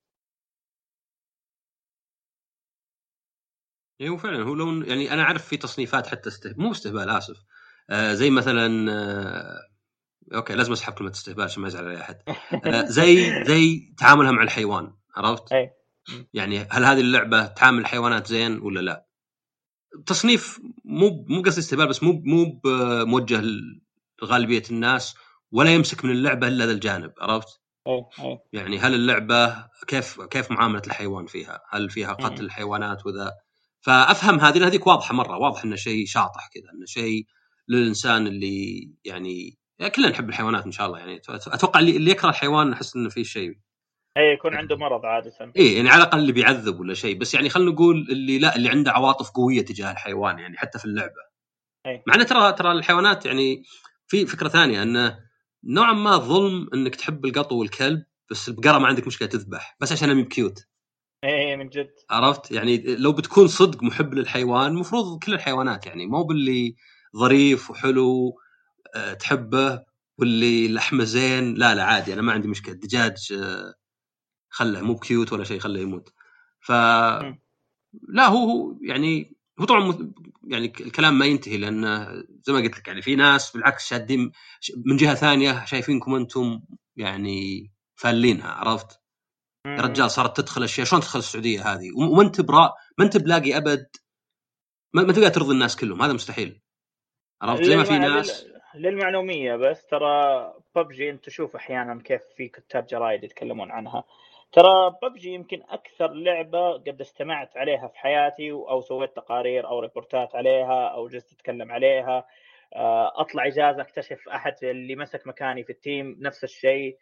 ايوه فعلا هو لو يعني انا اعرف في تصنيفات حتى استه... مو استهبال اسف. آه زي مثلا آه اوكي لازم اسحب كلمه استهبال عشان ما يزعل اي احد. آه زي زي تعاملها مع الحيوان، عرفت؟ اي يعني هل هذه اللعبه تعامل الحيوانات زين ولا لا؟ تصنيف مو مو قصدي استهبال، بس مو مو موجه لغالبيه الناس، ولا يمسك من اللعبه الا ذا الجانب، عرفت؟ اي اي يعني هل اللعبه كيف كيف معامله الحيوان فيها؟ هل فيها مم. قتل الحيوانات وذا؟ فافهم هذه هذيك واضحه مره، واضح انه شيء شاطح كذا، انه شيء للانسان اللي يعني, يعني كلنا نحب الحيوانات ان شاء الله. يعني اتوقع اللي, اللي يكره الحيوان احس انه في شيء اي يكون عنده مرض عاده. ايه، يعني على الاقل اللي بيعذب ولا شيء، بس يعني خلينا نقول اللي لا اللي عنده عواطف قويه تجاه الحيوان يعني حتى في اللعبه. اي مع ان ترى ترى الحيوانات يعني في فكره ثانيه، انه نوعا ما ظلم انك تحب القطو والكلب بس البقره ما عندك مشكله تذبح بس عشان مي بكيوت، اي من جد. عرفت؟ يعني لو بتكون صدق محب للحيوان المفروض كل الحيوانات يعني مو باللي ظريف وحلو أه تحبه، واللي لحمه زين لا لا عادي انا ما عندي مشكله الدجاج أه خله مو بكيوت ولا شيء خله يموت. ف مم. لا هو هو يعني هو طبعا يعني الكلام ما ينتهي، لانه زي ما قلت لك يعني في ناس بالعكس شادين من جهه ثانيه شايفينكم انتم يعني فالينها، عرفت؟ يا رجال مم. صارت تدخل اشياء شلون تدخل السعوديه هذه وما انت براء، ما انت بلاقي ابد، ما, ما تقدر ترضي الناس كلهم، هذا مستحيل، عرفت؟ زي ما في للمع... ناس. لل... للمعلوميه بس ترى ببجي انت تشوف احيانا كيف في كتاب جرايد يتكلمون عنها. ترى ببجي يمكن اكثر لعبه قد استمعت عليها في حياتي، او سويت تقارير او ريبورتات عليها او جلست اتكلم عليها. آه، اطلع اجازه اكتشف احد اللي مسك مكاني في التيم نفس الشيء.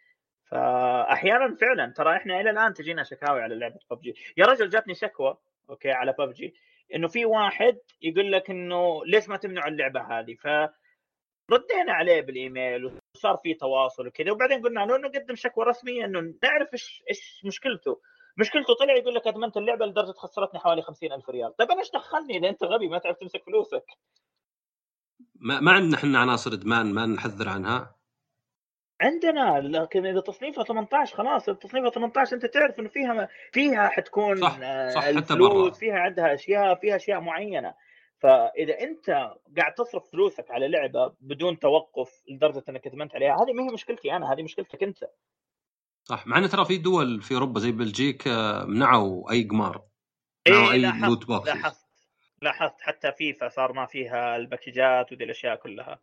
فاحيانا فعلا ترى احنا الى الان تجينا شكاوي على لعبه ببجي. يا رجل جاتني شكوى اوكي على ببجي انه في واحد يقول لك انه ليش ما تمنعوا اللعبه هذه، فردينا عليه بالايميل وصار في تواصل وكذا، وبعدين قلنا له نقدم شكوى رسميه انه نعرف ايش ايش مشكلته. مشكلته طلع يقول لك ادمنت اللعبه لدرجه خسرتني حوالي خمسين ألف ريال. طيب انا ايش دخلني اذا انت غبي ما تعرف تمسك فلوسك؟ ما, ما عندنا احنا عناصر ادمان ما نحذر عنها عندنا، لكن اذا تصنيفها ثمانية عشر خلاص تصنيفها ثمانية عشر انت تعرف انه فيها فيها حتكون صح صح حتى الفلوس برا فيها عندها اشياء فيها اشياء معينه. فاذا انت قاعد تصرف فلوسك على لعبه بدون توقف لدرجه انك ادمنت عليها، هذه ما هي مشكلتي انا، هذه مشكلتك انت. صح. مع ان ترى في دول في اوروبا زي بلجيكا منعوا اي قمار، منعوا ايه اي لاحظت لوت بوكسز. لاحظت لاحظت حتى فيفا صار ما فيها الباكجات ودي الاشياء كلها.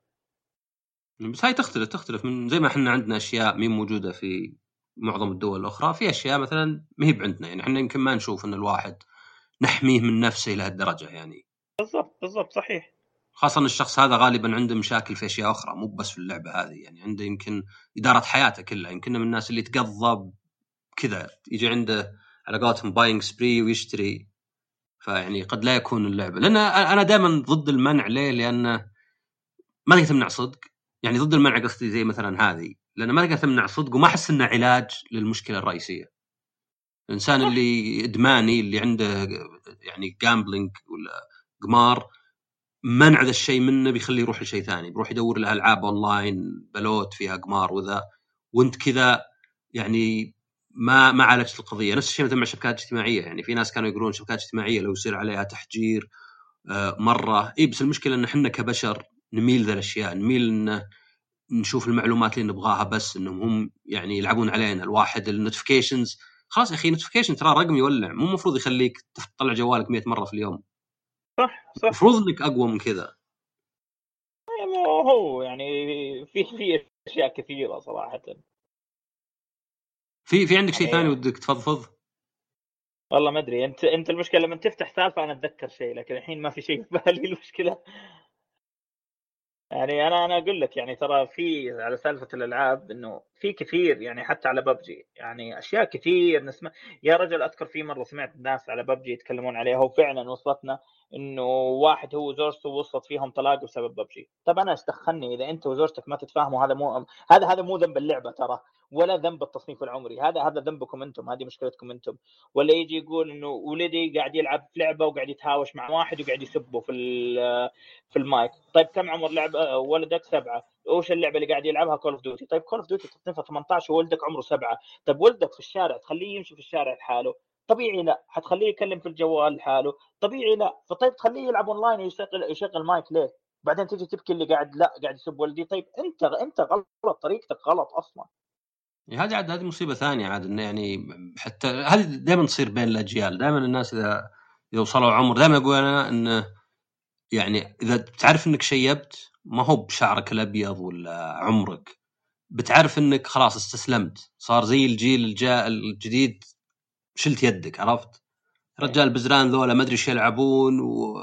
بس هاي تختلف تختلف من زي ما احنا عندنا اشياء مين موجوده في معظم الدول الاخرى، في اشياء مثلا ما هي بعندنا، يعني احنا يمكن ما نشوف ان الواحد نحميه من نفسه الى هالدرجه يعني. بالضبط بالضبط صحيح. خاصة الشخص هذا غالبا عنده مشاكل في أشياء أخرى مو بس في اللعبة هذه، يعني عنده يمكن إدارة حياته كلها، يمكن من الناس اللي تقضى كذا يجي عنده على قولتهم باينج سبري ويشتري. فيعني قد لا يكون اللعبة، لأن أنا دائما ضد المنع. ليه؟ لأنه ما تقدر تمنع صدق، يعني ضد المنع قصدي زي مثلا هذه، لأنه ما تقدر تمنع صدق وما أحس إنه علاج للمشكلة الرئيسية. الإنسان اللي إدماني اللي عنده يعني جامبلينج ولا قمار، منع ذا الشيء منه بيخليه يروح لشيء ثاني، بيروح يدور له ألعاب أونلاين بلوت فيها قمار وذا، وانت كذا يعني ما ما عالجت القضية. نفس الشيء مثل مع شبكات اجتماعية، يعني في ناس كانوا يقولون شبكات اجتماعية لو يصير عليها تحجير آه مرة إيه، بس المشكلة إن إحنا كبشر نميل ذا الأشياء، نميل إن نشوف المعلومات اللي نبغاها، بس إنهم هم يعني يلعبون علينا. الواحد النوتيفيكيشنز خلاص يا أخي، نوتيفيكيشن ترى رقم يولع، مو مفروض يخليك تطلع جوالك مئة مرة في اليوم. صح صح. مفروض إنك أقوى من كذا. هو يعني في في اشياء كثيره صراحه. في في عندك شيء ثاني يعني ودك تفضفض؟ والله ما ادري، انت انت المشكله لما تفتح سالفه انا اتذكر شيء، لكن الحين ما في شيء في بالي المشكله. يعني انا انا اقول لك يعني ترى في على سالفه الالعاب انه في كثير، يعني حتى على ببجي يعني اشياء كثير نسمع. يا رجل اذكر في مره سمعت ناس على ببجي يتكلمون عليها وفعلا وصلتنا انه واحد هو وزوجته وصلت فيهم طلاق بسبب ببجي. طب انا ايش دخلني اذا انت وزوجتك ما تتفاهموا؟ هذا مو هذا هذا مو ذنب اللعبه ترى، ولا ذنب التصنيف العمري، هذا هذا ذنبكم انتم، هذه مشكلتكم انتم. ولا يجي يقول انه ولدي قاعد يلعب في لعبه وقاعد يتهاوش مع واحد وقاعد يسبه في في المايك. طيب كم عمر لعبه ولدك؟ سبعه. وش اللعبه اللي قاعد يلعبها؟ كول اوف ديوتي. طيب كول اوف ديوتي تصنيفها ثمانية عشر وولدك عمره سبعه. طيب ولدك في الشارع تخليه يمشي في الشارع لحاله؟ طبيعي لا. حتخليه يكلم في الجوال لحاله؟ طبيعي لا. فطيب تخليه يلعب اونلاين يشغل يشغل مايك ليه؟ بعدين تيجي تبكي اللي قاعد لا قاعد يسب ولدي. طيب انت انت غلط، طريقتك غلط اصلا. هذه عاد هذه مصيبة ثانية عاد، إنه يعني حتى هذه دائما تصير بين الأجيال. دائما الناس إذا إذا وصلوا عمر دائما أقول أنا إنه يعني إذا بتعرف إنك شيبت، ما هو بشعرك الأبيض ولا عمرك، بتعرف إنك خلاص استسلمت، صار زي الجيل الجاء الجديد، شلت يدك، عرفت؟ رجال بزران ذولا ما أدري إيش يلعبون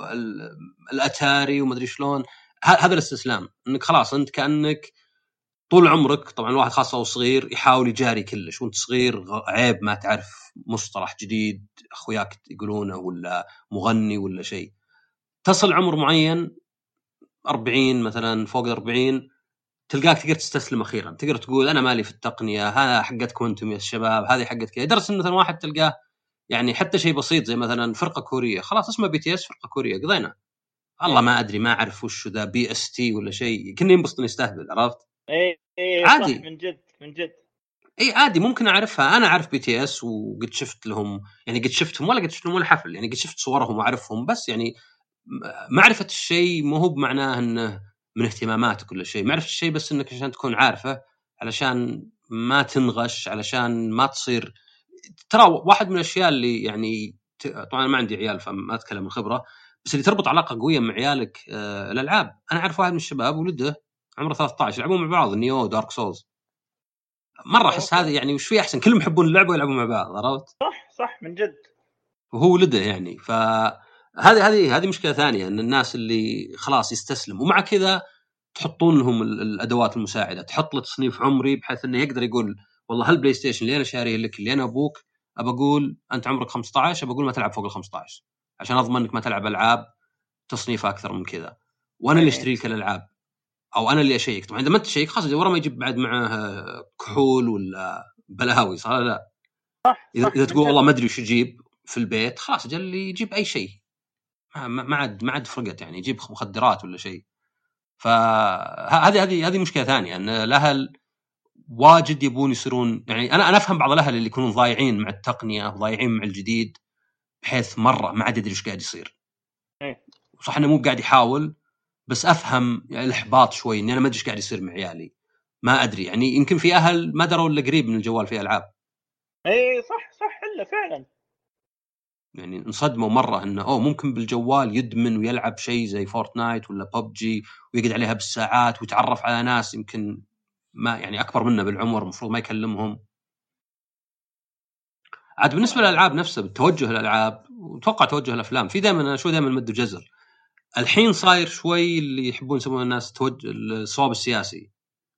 والأتاري وما أدري شلون. هذا الاستسلام، إنك خلاص أنت كأنك طول عمرك، طبعا الواحد خاصة وصغير يحاول يجاري كلش، وانت صغير عيب ما تعرف مصطلح جديد اخوياك يقولونه ولا مغني ولا شيء. تصل عمر معين أربعين مثلا، فوق الأربعين تلقاك تقدر تستسلم أخيرا، تقدر تقول أنا مالي في التقنية، هذا حقتكم أنتم يا الشباب، هذه حقتك كذا. درس إن مثلا واحد تلقاه يعني حتى شيء بسيط زي مثلا فرقة كورية، خلاص اسمها بي تي اس فرقة كورية قضينا. الله ما أدري ما أعرف وش ذا بي اس تي ولا شيء، كنا ينبسط يستهبل، عرفت؟ ايه ايه عادي صح، من جد من جد. اي عادي ممكن اعرفها. انا اعرف بي تي اس وقد شفت لهم، يعني قد شفتهم ولا قد شفت لهم ولا حفل، يعني قد شفت صورهم واعرفهم، بس يعني معرفة الشيء مو هو بمعناه انه من اهتماماتك كل شيء. معرفة الشيء بس انك عشان تكون عارفه، علشان ما تنغش، علشان ما تصير. ترى واحد من الاشياء اللي يعني طبعا ما عندي عيال فما اتكلم من خبرة، بس اللي تربط علاقة قوية مع عيالك آه الالعاب. انا اعرف واحد من الشباب ولده عمره ثلاثة عشر يلعبون مع بعض نيو دارك سولز. مره احس هذا يعني وش في احسن، كلهم يحبون اللعبه ويلعبون مع بعض، عرفت؟ صح صح من جد. وهو ولده يعني. فهذه هذه هذه مشكله ثانيه، ان الناس اللي خلاص يستسلم، ومع كذا تحطون لهم الادوات المساعده، تحط له تصنيف عمري بحيث انه يقدر يقول والله هالبلاي ستيشن اللي انا شاريه لك اللي انا ابوك ابى اقول انت عمرك خمسة عشر، ابى اقول ما تلعب فوق ال خمسة عشر عشان اضمن انك ما تلعب العاب تصنيف اكثر من كذا، وانا اللي اشتري لك الالعاب او انا اللي اشيك. طبعا اذا ما تشيك خلاص ورا ما يجيب بعد معه كحول ولا بلاوي، صح لا؟ صح اذا, صح إذا من تقول جد. والله ما ادري وش يجيب في البيت، خلاص جل اللي يجيب اي شيء، ما ما عاد ما عاد فرقت يعني، يجيب مخدرات ولا شيء. فهذه هذه هذه مشكله ثانيه، ان الاهل واجد يبون يصيرون يعني، انا انا افهم بعض الاهل اللي يكونون ضايعين مع التقنيه ضايعين مع الجديد بحيث مره ما عاد يدري ايش قاعد يصير. إيه. صح انه مو قاعد يحاول، بس افهم يعني الاحباط شوي اني انا ما ادري ايش قاعد يصير مع عيالي، ما ادري يعني. يمكن في اهل ما دروا الا قريب من الجوال فيه العاب، اي صح صح الا فعلا يعني انصدموا مره انه اوه ممكن بالجوال يدمن ويلعب شيء زي فورتنايت ولا ببجي ويقعد عليها بالساعات ويتعرف على ناس يمكن ما يعني اكبر منه بالعمر، المفروض ما يكلمهم. عاد بالنسبه للالعاب نفسها بالتوجه الالعاب وتوقع توجه الافلام في دائما انا شو دائما مد وجزر. الحين صاير شوي اللي يحبون يسمون الناس توجه الصواب السياسي،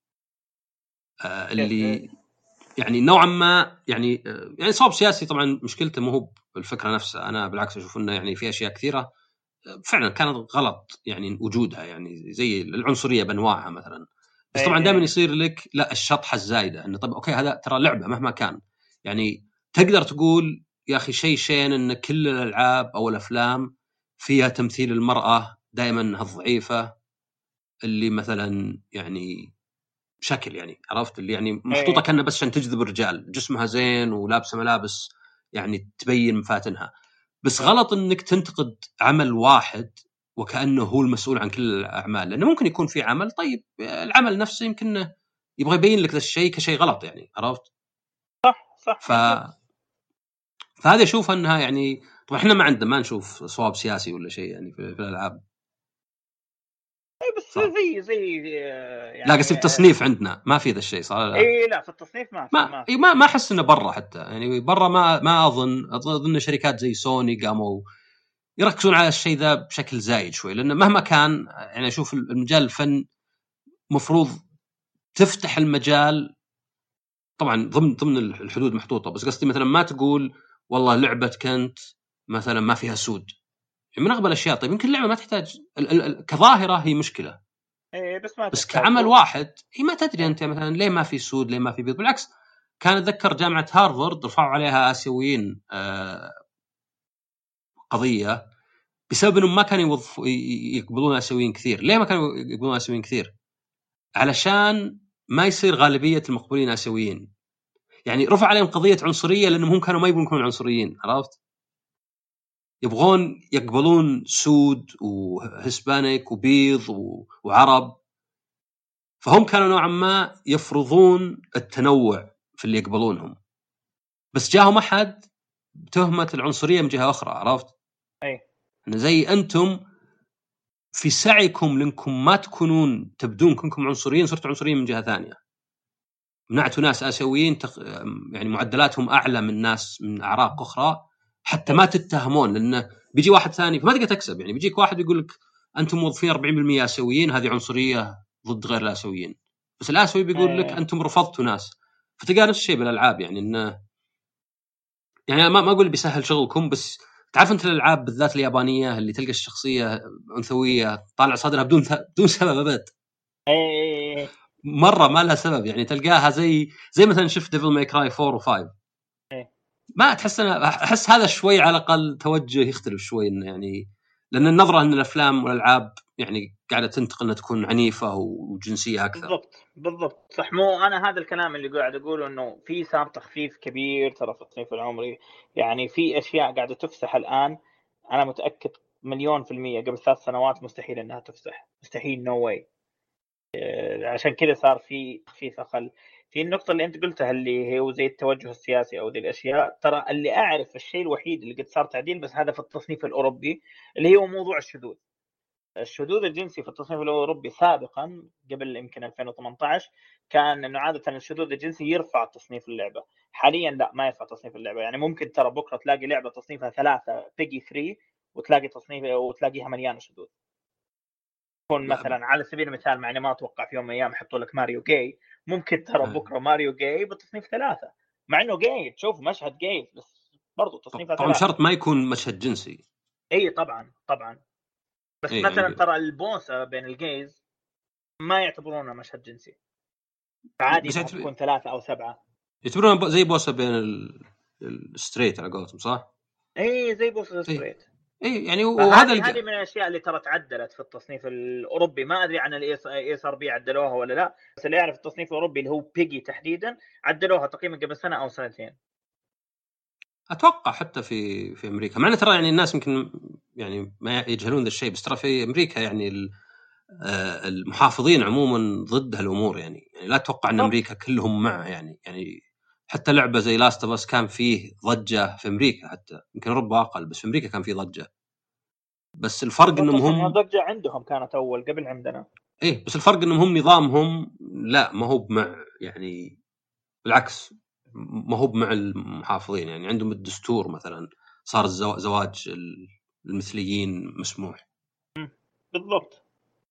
آه اللي يعني نوعا ما يعني آه يعني صواب سياسي طبعا مشكلته مو هو بالفكره نفسها، انا بالعكس اشوف انه يعني في اشياء كثيره فعلا كانت غلط يعني وجودها، يعني زي العنصريه بانواعها مثلا. بس طبعا دائما يصير لك لا الشطحه الزايده انه طب اوكي هذا ترى لعبه مهما كان، يعني تقدر تقول يا اخي شيء شين ان كل الالعاب او الافلام فيها تمثيل المراه دائما انها الضعيفه اللي مثلا يعني بشكل يعني عرفت اللي يعني محطوطه كانها بس عشان تجذب الرجال، جسمها زين ولابسه ملابس يعني تبين مفاتنها. بس غلط انك تنتقد عمل واحد وكانه هو المسؤول عن كل الاعمال، لانه ممكن يكون في عمل طيب العمل نفسه يمكن يبغى يبين لك ذا الشيء كشيء غلط يعني، عرفت؟ صح صح ف من جد. فهذا اشوف انها يعني طبعا احنا ما عندنا ما نشوف صواب سياسي ولا شيء يعني في, في الالعاب. اي بس صح. زي زي يعني لا قصدي التصنيف عندنا ما في ذا الشيء صح لا؟ اي لا في التصنيف ما في ما ما في ما ما احس انه برا حتى يعني برا ما ما اظن اظن شركات زي سوني قاموا يركزون على الشيء ذا بشكل زايد شوي، لأنه مهما كان يعني أشوف المجال الفن مفروض تفتح المجال طبعا ضمن ضمن الحدود محطوطة، بس قصدي مثلا ما تقول والله لعبة كنت مثلا ما فيها سود من أغبى الأشياء. طيب يمكن اللعبة ما تحتاج ال- ال- ال- كظاهرة هي مشكلة، اي بس ما بس تحتاج كعمل هو. واحد هي ما تدري إيه. أنت مثلا ليه ما في سود ليه ما في بيض. بالعكس كان أتذكر جامعة هارفارد رفعوا عليها آسيويين آه قضية بسبب انهم ما كانوا يوظف يقبلون اسيويين كثير. ليه ما كانوا يقبلون اسيويين كثير؟ علشان ما يصير غالبيه المقبولين اسيويين، يعني رفع عليهم قضيه عنصريه لانهم هم كانوا ما يبون يكونوا عنصريين، عرفت؟ يبغون يقبلون سود وهسبانيك وبيض وعرب، فهم كانوا نوعا ما يفرضون التنوع في اللي يقبلونهم، بس جاهم احد بتهمه العنصريه من جهه اخرى، عرفت؟ اي زي انتم في سعيكم لانكم ما تكونون تبدون كنكم عنصريين صرتوا عنصريين من جهه ثانيه، منعتوا ناس اسيويين تق... يعني معدلاتهم اعلى من ناس من اعراق اخرى حتى ما تتهمون، لانه بيجي واحد ثاني فما تقدر تكسب. يعني بيجيك واحد يقول لك انتم موظفين أربعين بالمئة اسيويين هذه عنصريه ضد غير الاسيويين، بس الاسيوي بيقول لك اي انتم رفضتوا ناس. فتلقى نفس الشيء بالالعاب، يعني انه يعني ما ما اقول بيسهل شغلكم، بس تعرف انت الالعاب بالذات اليابانيه اللي تلقى الشخصيه انثويه طالع صدرها بدون بدون سبب ابد، اي مره ما لها سبب، يعني تلقاها زي زي مثلا شفت ديفل ماي كراي أربعة و5 ما تحس انا احس هذا شوي على الاقل توجه يختلف شوي، انه يعني لان النظره ان الافلام والالعاب يعني قاعده تنتقل انها تكون عنيفه وجنسيه اكثر. بالضبط بالضبط صح. مو انا هذا الكلام اللي قاعد اقوله انه في صار تخفيف كبير ترى في التصنيف العمري. يعني في اشياء قاعده تفسح الان انا متاكد مليون في المية قبل ثلاث سنوات مستحيل انها تفسح، مستحيل نو واي. عشان كذا صار في تخفيف اقل. في النقطه اللي انت قلتها اللي هو زي التوجه السياسي او ذي الاشياء، ترى اللي اعرف الشيء الوحيد اللي قد صار تعديل بس هذا في التصنيف الاوروبي اللي هو موضوع الشذوذ. الشذوذ الجنسي في التصنيف الاوروبي سابقا قبل يمكن ألفين وثمانية عشر كان انه عاده الشذوذ الجنسي يرفع تصنيف اللعبه. حاليا لا ما يرفع تصنيف اللعبه. يعني ممكن ترى بكره تلاقي لعبه تصنيفها ثلاثة بيجي ثلاثة وتلاقي تصنيف وتلاقيها مليانه شذوذ. يكون مثلا على سبيل المثال، معني ما اتوقع في يوم من الايام يحطوا لك ماريو جاي، ممكن ترى بكره ماريو جاي بتصنيف ثلاثة، مع انه جاي تشوف مشهد جاي بس برضو تصنيفه طبعا ثلاثة. شرط ما يكون مشهد جنسي. اي طبعا طبعا، بس إيه مثلا يعني ترى البوسه بين الجيز ما يعتبرونه مشهد جنسي، فعادي بس انها تكون ثلاثة او سبعة. يعتبرون زي بوسه بين ال... الستريت على قولتهم صح؟ اي زي بوسه إيه ستريت. إيه يعني وهذا فهذه الج... هذه من الاشياء اللي ترى تعدلت في التصنيف الاوروبي، ما ادري عن الاي ار بي عدلوها ولا لا، بس اللي يعرف التصنيف الاوروبي اللي هو بيجي تحديدا عدلوها تقريبا قبل سنه او سنتين. اتوقع حتى في في امريكا، مع ان ترى يعني الناس يمكن يعني ما يجهلون ذا الشيء، بس ترى في امريكا يعني المحافظين عموما ضد هالامور، يعني يعني لا تتوقع ان امريكا كلهم معه، يعني يعني حتى لعبه زي لاست اوف اس كان فيه ضجه في امريكا، حتى يمكن اوروبا اقل بس في امريكا كان فيه ضجه. بس الفرق انهم هم الضجه عندهم كانت اول قبل عندنا. ايه بس الفرق انهم هم نظامهم لا ما هو مع، يعني بالعكس ما هو مع المحافظين، يعني عندهم الدستور مثلا صار زواج المثليين مسموح. بالضبط.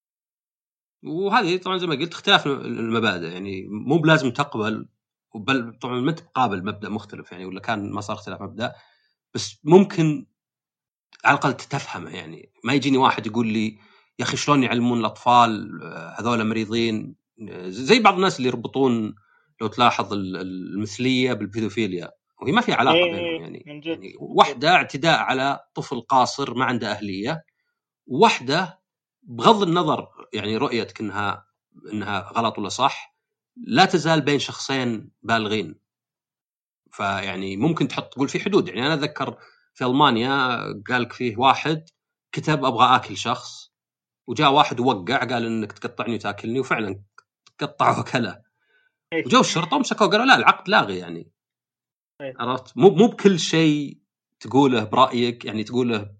وهذه طبعا زي ما قلت اختلاف المبادئ، يعني مو بلازم تقبل، بل طبعا ما تقابل مبدأ مختلف يعني، ولا كان ما صار اختلاف مبدأ، بس ممكن على الأقل تفهمه. يعني ما يجيني واحد يقول لي يا أخي شلون يعلمون الأطفال هذول مريضين، زي بعض الناس اللي يربطون لو تلاحظ المثلية بالبيدوفيليا، وهي ما في علاقة إيه بينهم. إيه يعني من جد يعني واحدة اعتداء على طفل قاصر ما عنده أهلية، وواحدة بغض النظر يعني رؤيتك انها انها غلط ولا صح لا تزال بين شخصين بالغين. فيعني ممكن تحط تقول في حدود. يعني انا اتذكر في المانيا قالك فيه واحد كتب ابغى اكل شخص، وجاء واحد ووقع قال انك تقطعني وتاكلني، وفعلا قطعه وكله، وجو الشرطه ومسكوه قالوا لا العقد لاغي. يعني عرفت مو مو بكل شيء تقوله برايك يعني تقوله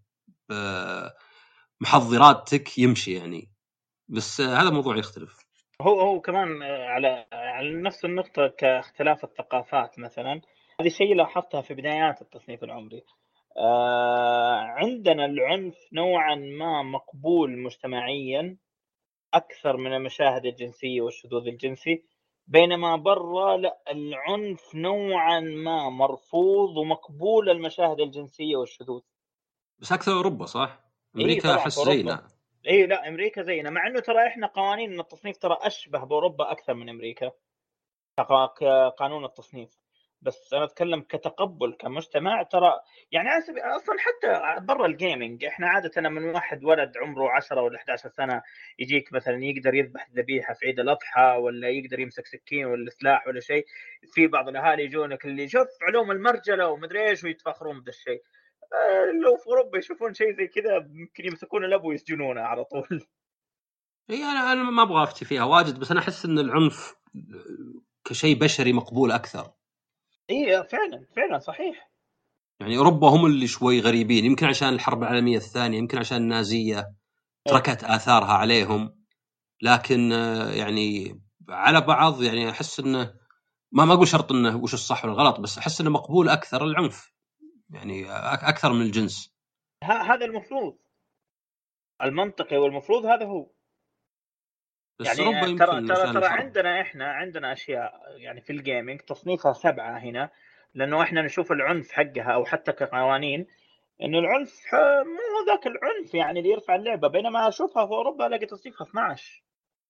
بمحضراتك يمشي يعني، بس هذا موضوع يختلف. هو هو كمان على على نفس النقطة كاختلاف الثقافات مثلا، هذه شيء لاحظتها في بدايات التصنيف العمري. آه عندنا العنف نوعا ما مقبول مجتمعيا أكثر من المشاهد الجنسية والشذوذ الجنسي، بينما برا لا، العنف نوعا ما مرفوض ومقبول المشاهد الجنسية والشذوذ. بس اكثر اوروبا صح؟ اي امريكا طبعا في احس اوروبا. زينا. اي لا امريكا زينا، مع انه ترى احنا قوانين التصنيف ترى اشبه باوروبا اكثر من امريكا كقانون التصنيف، بس انا اتكلم كتقبل كمجتمع ترى. يعني اصلا حتى برا الجيمنج احنا عاده من واحد ولد عمره عشرة ولا إحدى عشرة سنه يجيك مثلا يقدر يذبح ذبيحه في عيد الاضحى، ولا يقدر يمسك سكين ولا سلاح ولا شيء. في بعض الاهالي يجونك اللي شوف علوم المرجله ومدري ايش ويتفاخرون بهذا الشيء. لو في اوروبا يشوفون شيء زي كذا يمكن يمسكون الاب ويسجنونه على طول. اي انا انا ما ابغى افتي فيها واجد، بس انا احس ان العنف كشيء بشري مقبول اكثر. اي فعلا فعلا صحيح. يعني اوروبا هم اللي شوي غريبين، يمكن عشان الحرب العالميه الثانيه، يمكن عشان النازيه تركت اثارها عليهم، لكن يعني على بعض يعني احس انه ما ما اقول شرط انه وش الصح ولا الغلط، بس احس انه مقبول اكثر العنف، يعني اكثر من الجنس. هذا المفروض المنطقي والمفروض هذا هو. بس اوروبا يعني ترى يمكن ترى عشان ترى الحرب. عندنا احنا عندنا اشياء يعني في الجيمنج تصنيفها سبعة هنا، لانه احنا نشوف العنف حقها او حتى كقوانين انه العنف مو ذاك العنف يعني اللي يرفع اللعبه، بينما اشوفها في اوروبا الاقي تصنيفها اثناشر.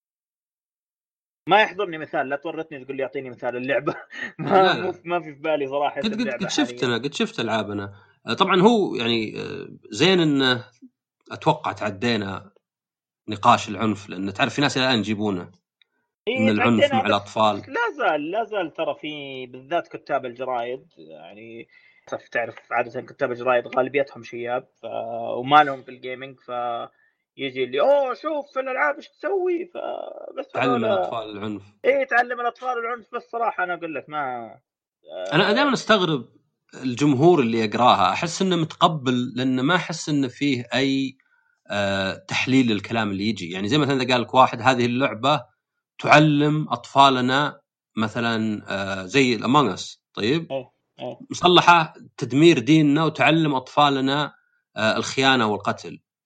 ما يحضرني مثال، لا تورطني تقول لي اعطيني مثال اللعبه. ما لا مو لا ما في في بالي صراحه قد اسم قد لعبه قد شفت حاليا. انا قد شفت العابنا. طبعا هو يعني زين انه اتوقع تعدينا نقاش العنف، لان تعرف في ناس الان يجيبونه ان اي العنف تعدينا، مع بس الاطفال. بس لا زال لا زال ترى في بالذات كتاب الجرايد يعني تعرف عادة كتاب الجرايد غالبيتهم شياب ف... وما لهم في الجيمنج، ف يجي اللي اوه شوف في الالعاب ايش تسوي، فبس تعلم هذول. الاطفال العنف. ايه تعلم الاطفال العنف، بس صراحه انا اقول لك ما انا دائما آه... استغرب الجمهور اللي يقراها، احس انه متقبل لانه ما احس انه فيه اي أه تحليل للكلام اللي يجي. يعني زي مثلا اذا قال لك واحد هذه اللعبه تعلم اطفالنا مثلا أه زي الامونج اس، طيب ايه ايه مصلحه تدمير ديننا وتعلم اطفالنا أه الخيانه والقتل.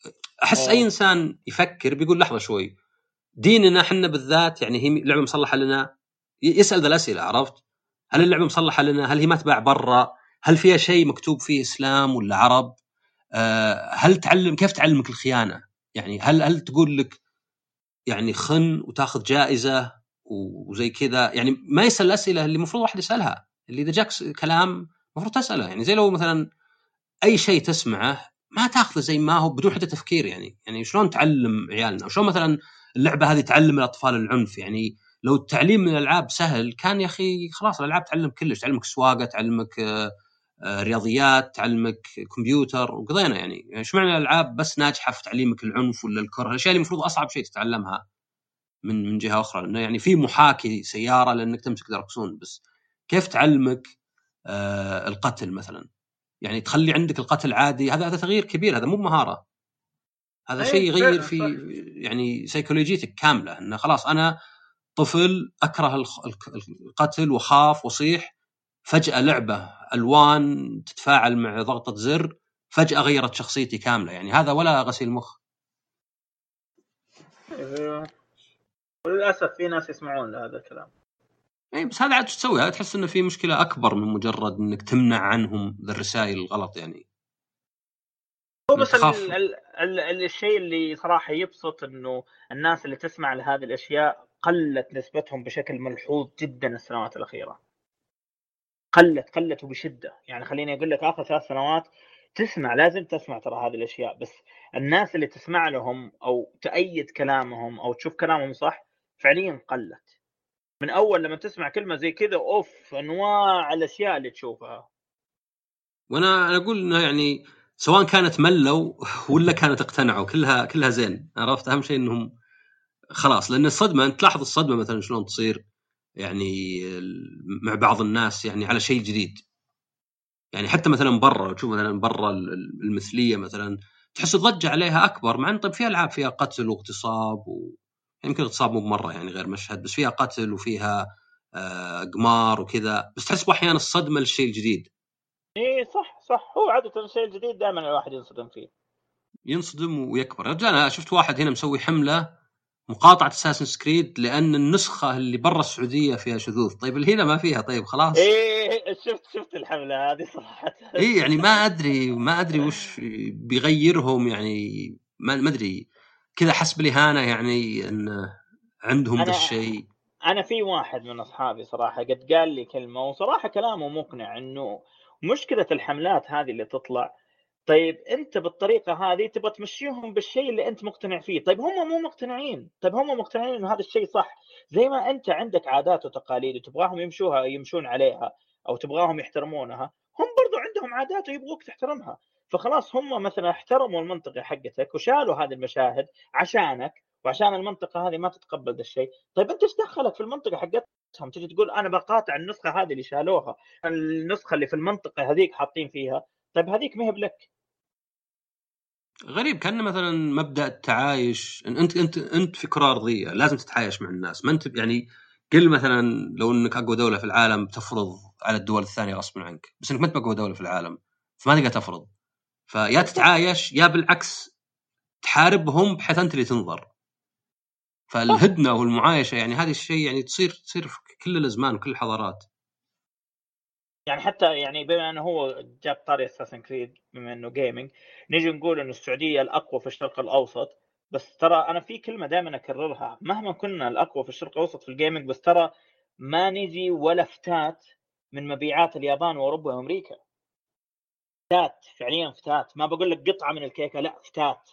احس اي انسان يفكر بيقول لحظه شوي، ديننا احنا بالذات يعني هي لعبه مصلحه لنا، يسال ذا الاسئله، عرفت؟ هل اللعبه مصلحه لنا؟ هل هي ما تباع برا؟ هل فيها شيء مكتوب فيه اسلام ولا عرب؟ أه هل تعلم كيف تعلمك الخيانه؟ يعني هل هل تقول لك يعني خن وتاخذ جائزه وزي كذا؟ يعني ما يسال الاسئله اللي المفروض واحد يسالها، اللي اذا جاك كلام المفروض تساله. يعني زي لو مثلا اي شيء تسمعه ما تاخذه زي ما هو بدون حتى تفكير. يعني يعني شلون تعلم عيالنا؟ وشلون مثلا اللعبه هذه تعلم الاطفال العنف؟ يعني لو التعليم من الالعاب سهل كان يا اخي خلاص الالعاب تعلم كلش، تعلمك سواقه، تعلمك رياضيات، تعلمك كمبيوتر وقضينا. يعني ايش معنى الالعاب بس ناجحه في تعليمك العنف ولا الكره؟ الاشياء اللي المفروض اصعب شيء تتعلمها من من جهه اخرى، لانه يعني في محاكي سياره لانك تمسك دركسون، بس كيف تعلمك آه القتل مثلا؟ يعني تخلي عندك القتل عادي، هذا هذا تغيير كبير، هذا مو مهاره، هذا شيء يغير في يعني سيكولوجيتك كامله. انه خلاص انا طفل اكره القتل وخاف وصيح، فجاه لعبه الوان تتفاعل مع ضغطه زر فجاه غيرت شخصيتي كامله. يعني هذا ولا غسيل مخ. وللاسف في ناس يسمعون لهذا الكلام. اي بس هذا عاد تسوي، تحس انه في مشكله اكبر من مجرد انك تمنع عنهم ذا الرسائل الغلط. يعني هو بس ال ال ال الشيء اللي صراحه يبسط انه الناس اللي تسمع لهذه الاشياء قلت نسبتهم بشكل ملحوظ جدا السنوات الاخيره، قلت قلت وبشده. يعني خليني اقول لك اخر ثلاث سنوات تسمع، لازم تسمع ترى هذه الاشياء، بس الناس اللي تسمع لهم او تأيد كلامهم او تشوف كلامهم صح فعليا قلت. من اول لما تسمع كلمه زي كذا اوف انواع الاشياء اللي تشوفها. وانا اقول انه يعني سواء كانت ملوا ولا كانت اقتنعوا كلها كلها زين، عرفت؟ اهم شيء انهم خلاص، لان الصدمه انت تلاحظ الصدمه مثلا شلون تصير يعني مع بعض الناس يعني على شيء جديد. يعني حتى مثلا برا تشوف مثلا برا المثليه مثلا تحس الضجه عليها اكبر، مع ان طيب فيها العاب فيها قتل واغتصاب و... يمكن اغتصاب مو بمره يعني غير مشهد، بس فيها قتل وفيها آه قمار وكذا، بس تحس احيانا الصدمه للشيء الجديد. ايه صح صح، هو عاده الشيء الجديد دائما الواحد ينصدم فيه، ينصدم ويكبر. رجال انا شفت واحد هنا مسوي حمله مقاطعه اساسن سكريد لان النسخه اللي برا السعوديه فيها شذوذ. طيب اللي هنا ما فيها، طيب خلاص. ايه شفت شفت الحمله هذه صراحه. ايه يعني ما ادري ما ادري وش بيغيرهم، يعني ما ادري كذا حسب الاهانه يعني ان عندهم ذا انا الشيء. انا في واحد من اصحابي صراحه قد قال لي كلمه وصراحه كلامه مقنع، انه مشكله الحملات هذه اللي تطلع، طيب انت بالطريقه هذه تبغى تمشيهم بالشيء اللي انت مقتنع فيه، طيب هم مو مقتنعين، طيب هم مقتنعين انه هذا الشيء صح. زي ما انت عندك عادات وتقاليد وتبغاهم يمشوها يمشون عليها او تبغاهم يحترمونها، هم برضو عندهم عادات ويبغوك تحترمها. فخلاص هم مثلا احترموا المنطقه حقتك وشالوا هذه المشاهد عشانك وعشان المنطقه هذه ما تتقبل ذا الشيء. طيب انت ايش دخلك في المنطقه حقتهم تجي تقول انا بقاطع النسخه هذه اللي شالوها، النسخه اللي في المنطقه هذيك حاطين فيها، طيب هذيك ما هي بلك. غريب، كان مثلا مبدا التعايش، انت انت انت في كره ارضيه لازم تتعايش مع الناس، ما انت يعني قل مثلا لو انك اقوى دوله في العالم بتفرض على الدول الثانيه غصبا عنك، بس انك ما تبقى اقوى دوله في العالم فما تقدر تفرض. فيا تتعايش يا بالعكس تحاربهم بحيث انت اللي تنظر. فالهدنه والمعايشه يعني هذه الشيء يعني تصير تصير في كل الازمان وكل الحضارات. يعني حتى يعني بما انه هو جاب طاري اساسن كريد، بما انه جيمنج، نيجي نقول انه السعوديه الاقوى في الشرق الاوسط، بس ترى انا في كلمه دائما اكررها، مهما كنا الاقوى في الشرق الاوسط في الجيمنج، بس ترى ما نجي ولا فتات من مبيعات اليابان واوروبا وامريكا. فتات فعليا فتات، ما بقول لك قطعه من الكيكه، لا فتات.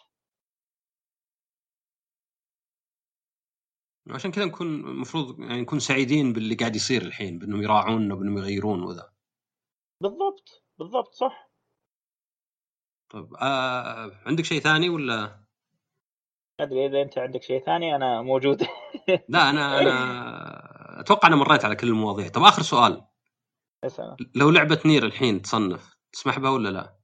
عشان كذا نكون المفروض يعني نكون سعيدين باللي قاعد يصير الحين، بانهم يراعون وبانهم يغيرون وذا. بالضبط بالضبط صح. طيب آه عندك شيء ثاني ولا؟ ادري اذا انت عندك شيء ثاني انا موجود. لا انا انا اتوقع انا مريت على كل المواضيع. طب اخر سؤال، اسأل. لو لعبه نير الحين تصنف تسمح بها ولا لا؟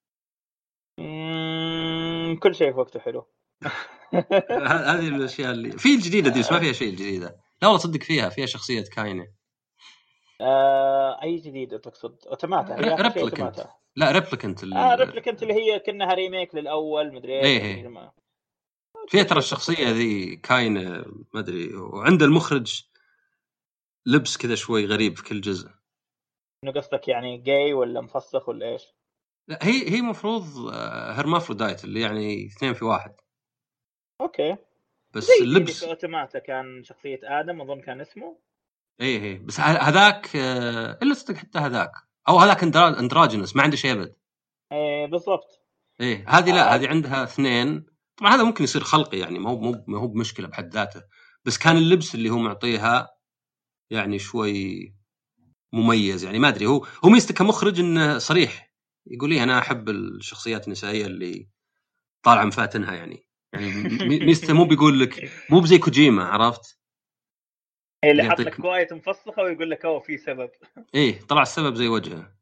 مم... كل شيء في وقته حلو. هذه الاشياء اللي في الجديده دي، بس ما فيها شيء الجديده. لا والله صدق فيها فيها شخصيه كاينه. آه... اي جديد تقصد؟ اوتوماتا هي اخر شيء ريبليكنت اوتوماتا. لا ريبليكنت ال... اه ريبليكنت اللي هي كأنها ريميك للاول مدري ايش. ايه ايه فيها ترى الشخصيه ذي كاينه ما ادري، وعند المخرج لبس كذا شوي غريب في كل جزء. انه قصدك يعني جاي ولا مفسخ ولا ايش؟ لا هي هي مفروض هرمافرودايت اللي يعني اثنين في واحد. اوكي بس زي اللي اللبس في اوتوماتا كان شخصيه ادم اظن كان اسمه. ايه ايه بس هذاك الا صدق حتى هذاك او هذاك اندراجينس ما عنده شيبد. ايه بالضبط. ايه هذه لا آه. هذه عندها اثنين. طبعا هذا ممكن يصير خلقي يعني ما هو مو ما هو بمشكله بحد ذاته، بس كان اللبس اللي هو معطيها يعني شوي مميز يعني ما ادري. هو هو ميزته كمخرج انه صريح يقول لي انا احب الشخصيات النسائيه اللي طالعه مفاتنها يعني. يعني ميزته مو بيقول لك مو بزي كوجيما عرفت اللي حط لك كوايت مفسخه ويقول لك اوه في سبب. ايه طلع السبب زي وجهه.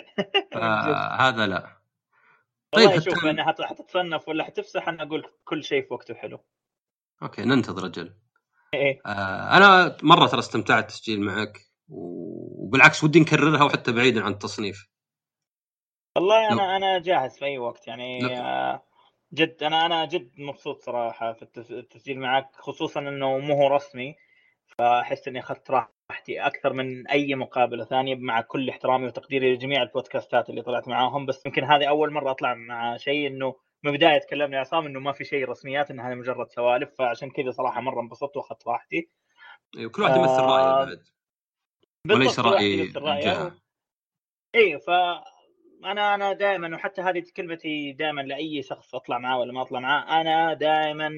فهذا لا. طيب والله شوف حتى انا حتتصنف ولا حتفسح انا اقول كل شيء في وقته حلو. اوكي ننتظر اجل. ايه آه انا مره ترى استمتعت تسجيل معك وبالعكس ودي نكررها وحتى بعيدا عن التصنيف. والله لو. انا انا جاهز في اي وقت يعني. لو. آه، جد انا انا جد مبسوط صراحه في التسجيل معك، خصوصا انه مو هو رسمي، فاحس اني اخذت راحتي اكثر من اي مقابله ثانيه، مع كل احترامي وتقديري لجميع البودكاستات اللي طلعت معاهم. بس يمكن هذه اول مره اطلع مع شيء انه من بدايه تكلمنا يا عصام انه ما في شيء رسميات، انها مجرد سوالف، فعشان كذا صراحه مره انبسطت واخذت راحتي. أيوة كل واحد يمثل رايه آه بعد وليس بالضبط كل واحد راي يمثل رايه. الجهه. ايه ف انا انا دائما، وحتى هذه كلمتي دائما لاي شخص اطلع معاه ولا ما اطلع معاه، انا دائما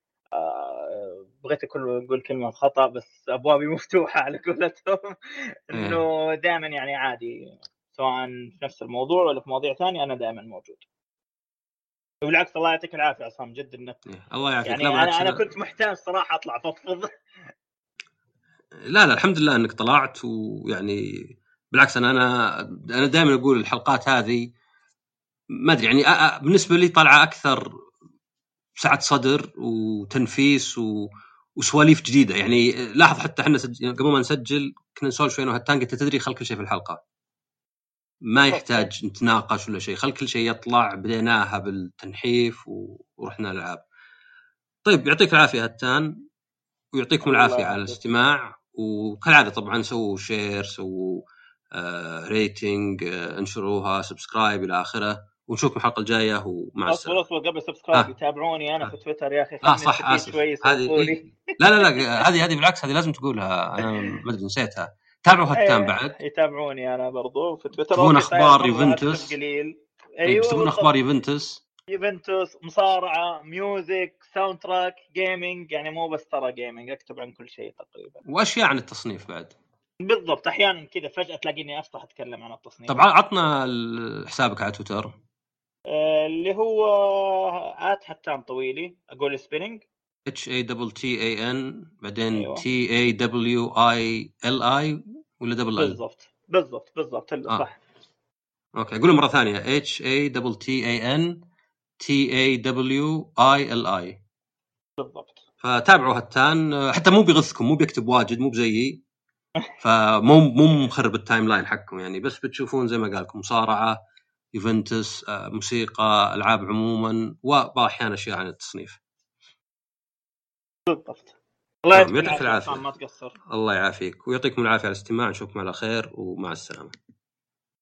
آه، بغيت اقول اقول كلمه خطا بس ابوابي مفتوحه على قولتهم. إيه. انه دائما يعني عادي، سواء في نفس الموضوع ولا في مواضيع ثانيه انا دائما موجود. وبالعكس الله يعطيك العافيه عصام جد انك إيه. الله يعافيك. لا يعني بالعكس انا انا أنا... كنت محتاج صراحه اطلع فضفض. لا لا الحمد لله انك طلعت. ويعني بالعكس انا انا انا دائما اقول الحلقات هذه ما ادري يعني أ... أ... بالنسبه لي طالعه اكثر سعة صدر وتنفيس و... وسواليف جديده. يعني لاحظ حتى احنا سج... قبل ما نسجل كنا نسولف شوي انه هالتانك انت تدري خل كل شيء في الحلقه ما يحتاج نتناقش ولا شيء، خل كل شيء يطلع. بديناها بالتنحيف و... ورحنا الالعاب. طيب يعطيك العافيه هتان ويعطيكم الله العافيه على يعافيك. الاستماع. وكالعاده طبعا سووا شير سووا آه ريتنج آه انشروها سبسكرايب الى اخره، ونشوفكم الحلقه الجايه ومع اصبر السلامه. اصبر قبل سبسكرايب آه. يتابعوني انا آه. في تويتر يا اخي، اه خلني صح استفيد اسف شوي هذه يسوقوا إيه؟ لي. لا لا لا هذه هذه بالعكس هذه لازم تقولها انا ما ادري نسيتها. تابعوا هتان ايه بعد. يتابعوني انا برضو في تويتر. تبون اوكي صاير اخبار مره اكتب يوفنتوس؟ قليل. اي بس ايوه تبون اخبار بالضبط. يوفنتوس؟ يوفنتوس، مصارعه، ميوزك، ساوند تراك، جيمنج، يعني مو بس ترى جيمنج، اكتب عن كل شيء تقريبا. واشياء عن التصنيف بعد. بالضبط احيانا كذا فجاه تلاقيني افتح اتكلم عن التصنيف. طب عطنا حسابك على تويتر. آه اللي هو ات حتان طويلي اقول سبيننج H A T T A N بعدين ايوه T A W I L I ولا دبل ال؟ بالضبط بالضبط بالضبط اللي آه. صح. اوكي اقول مرة ثانية H A T T A N T A W I L I. بالضبط. فتابعوا هتان حتى مو بيغثكم مو بيكتب واجد مو بزيي فمو مو مخرب التايم لاين حقكم يعني، بس بتشوفون زي ما قالكم مصارعة يوفنتوس موسيقى العاب عموما واحيانا اشياء عن التصنيف. بالضبط. الله تمام يعطيك يعطيك العافيه العافية. عصام ما تقصر. الله يعافيك ويعطيكم العافية على الاستماع. نشوفكم على خير ومع السلامة.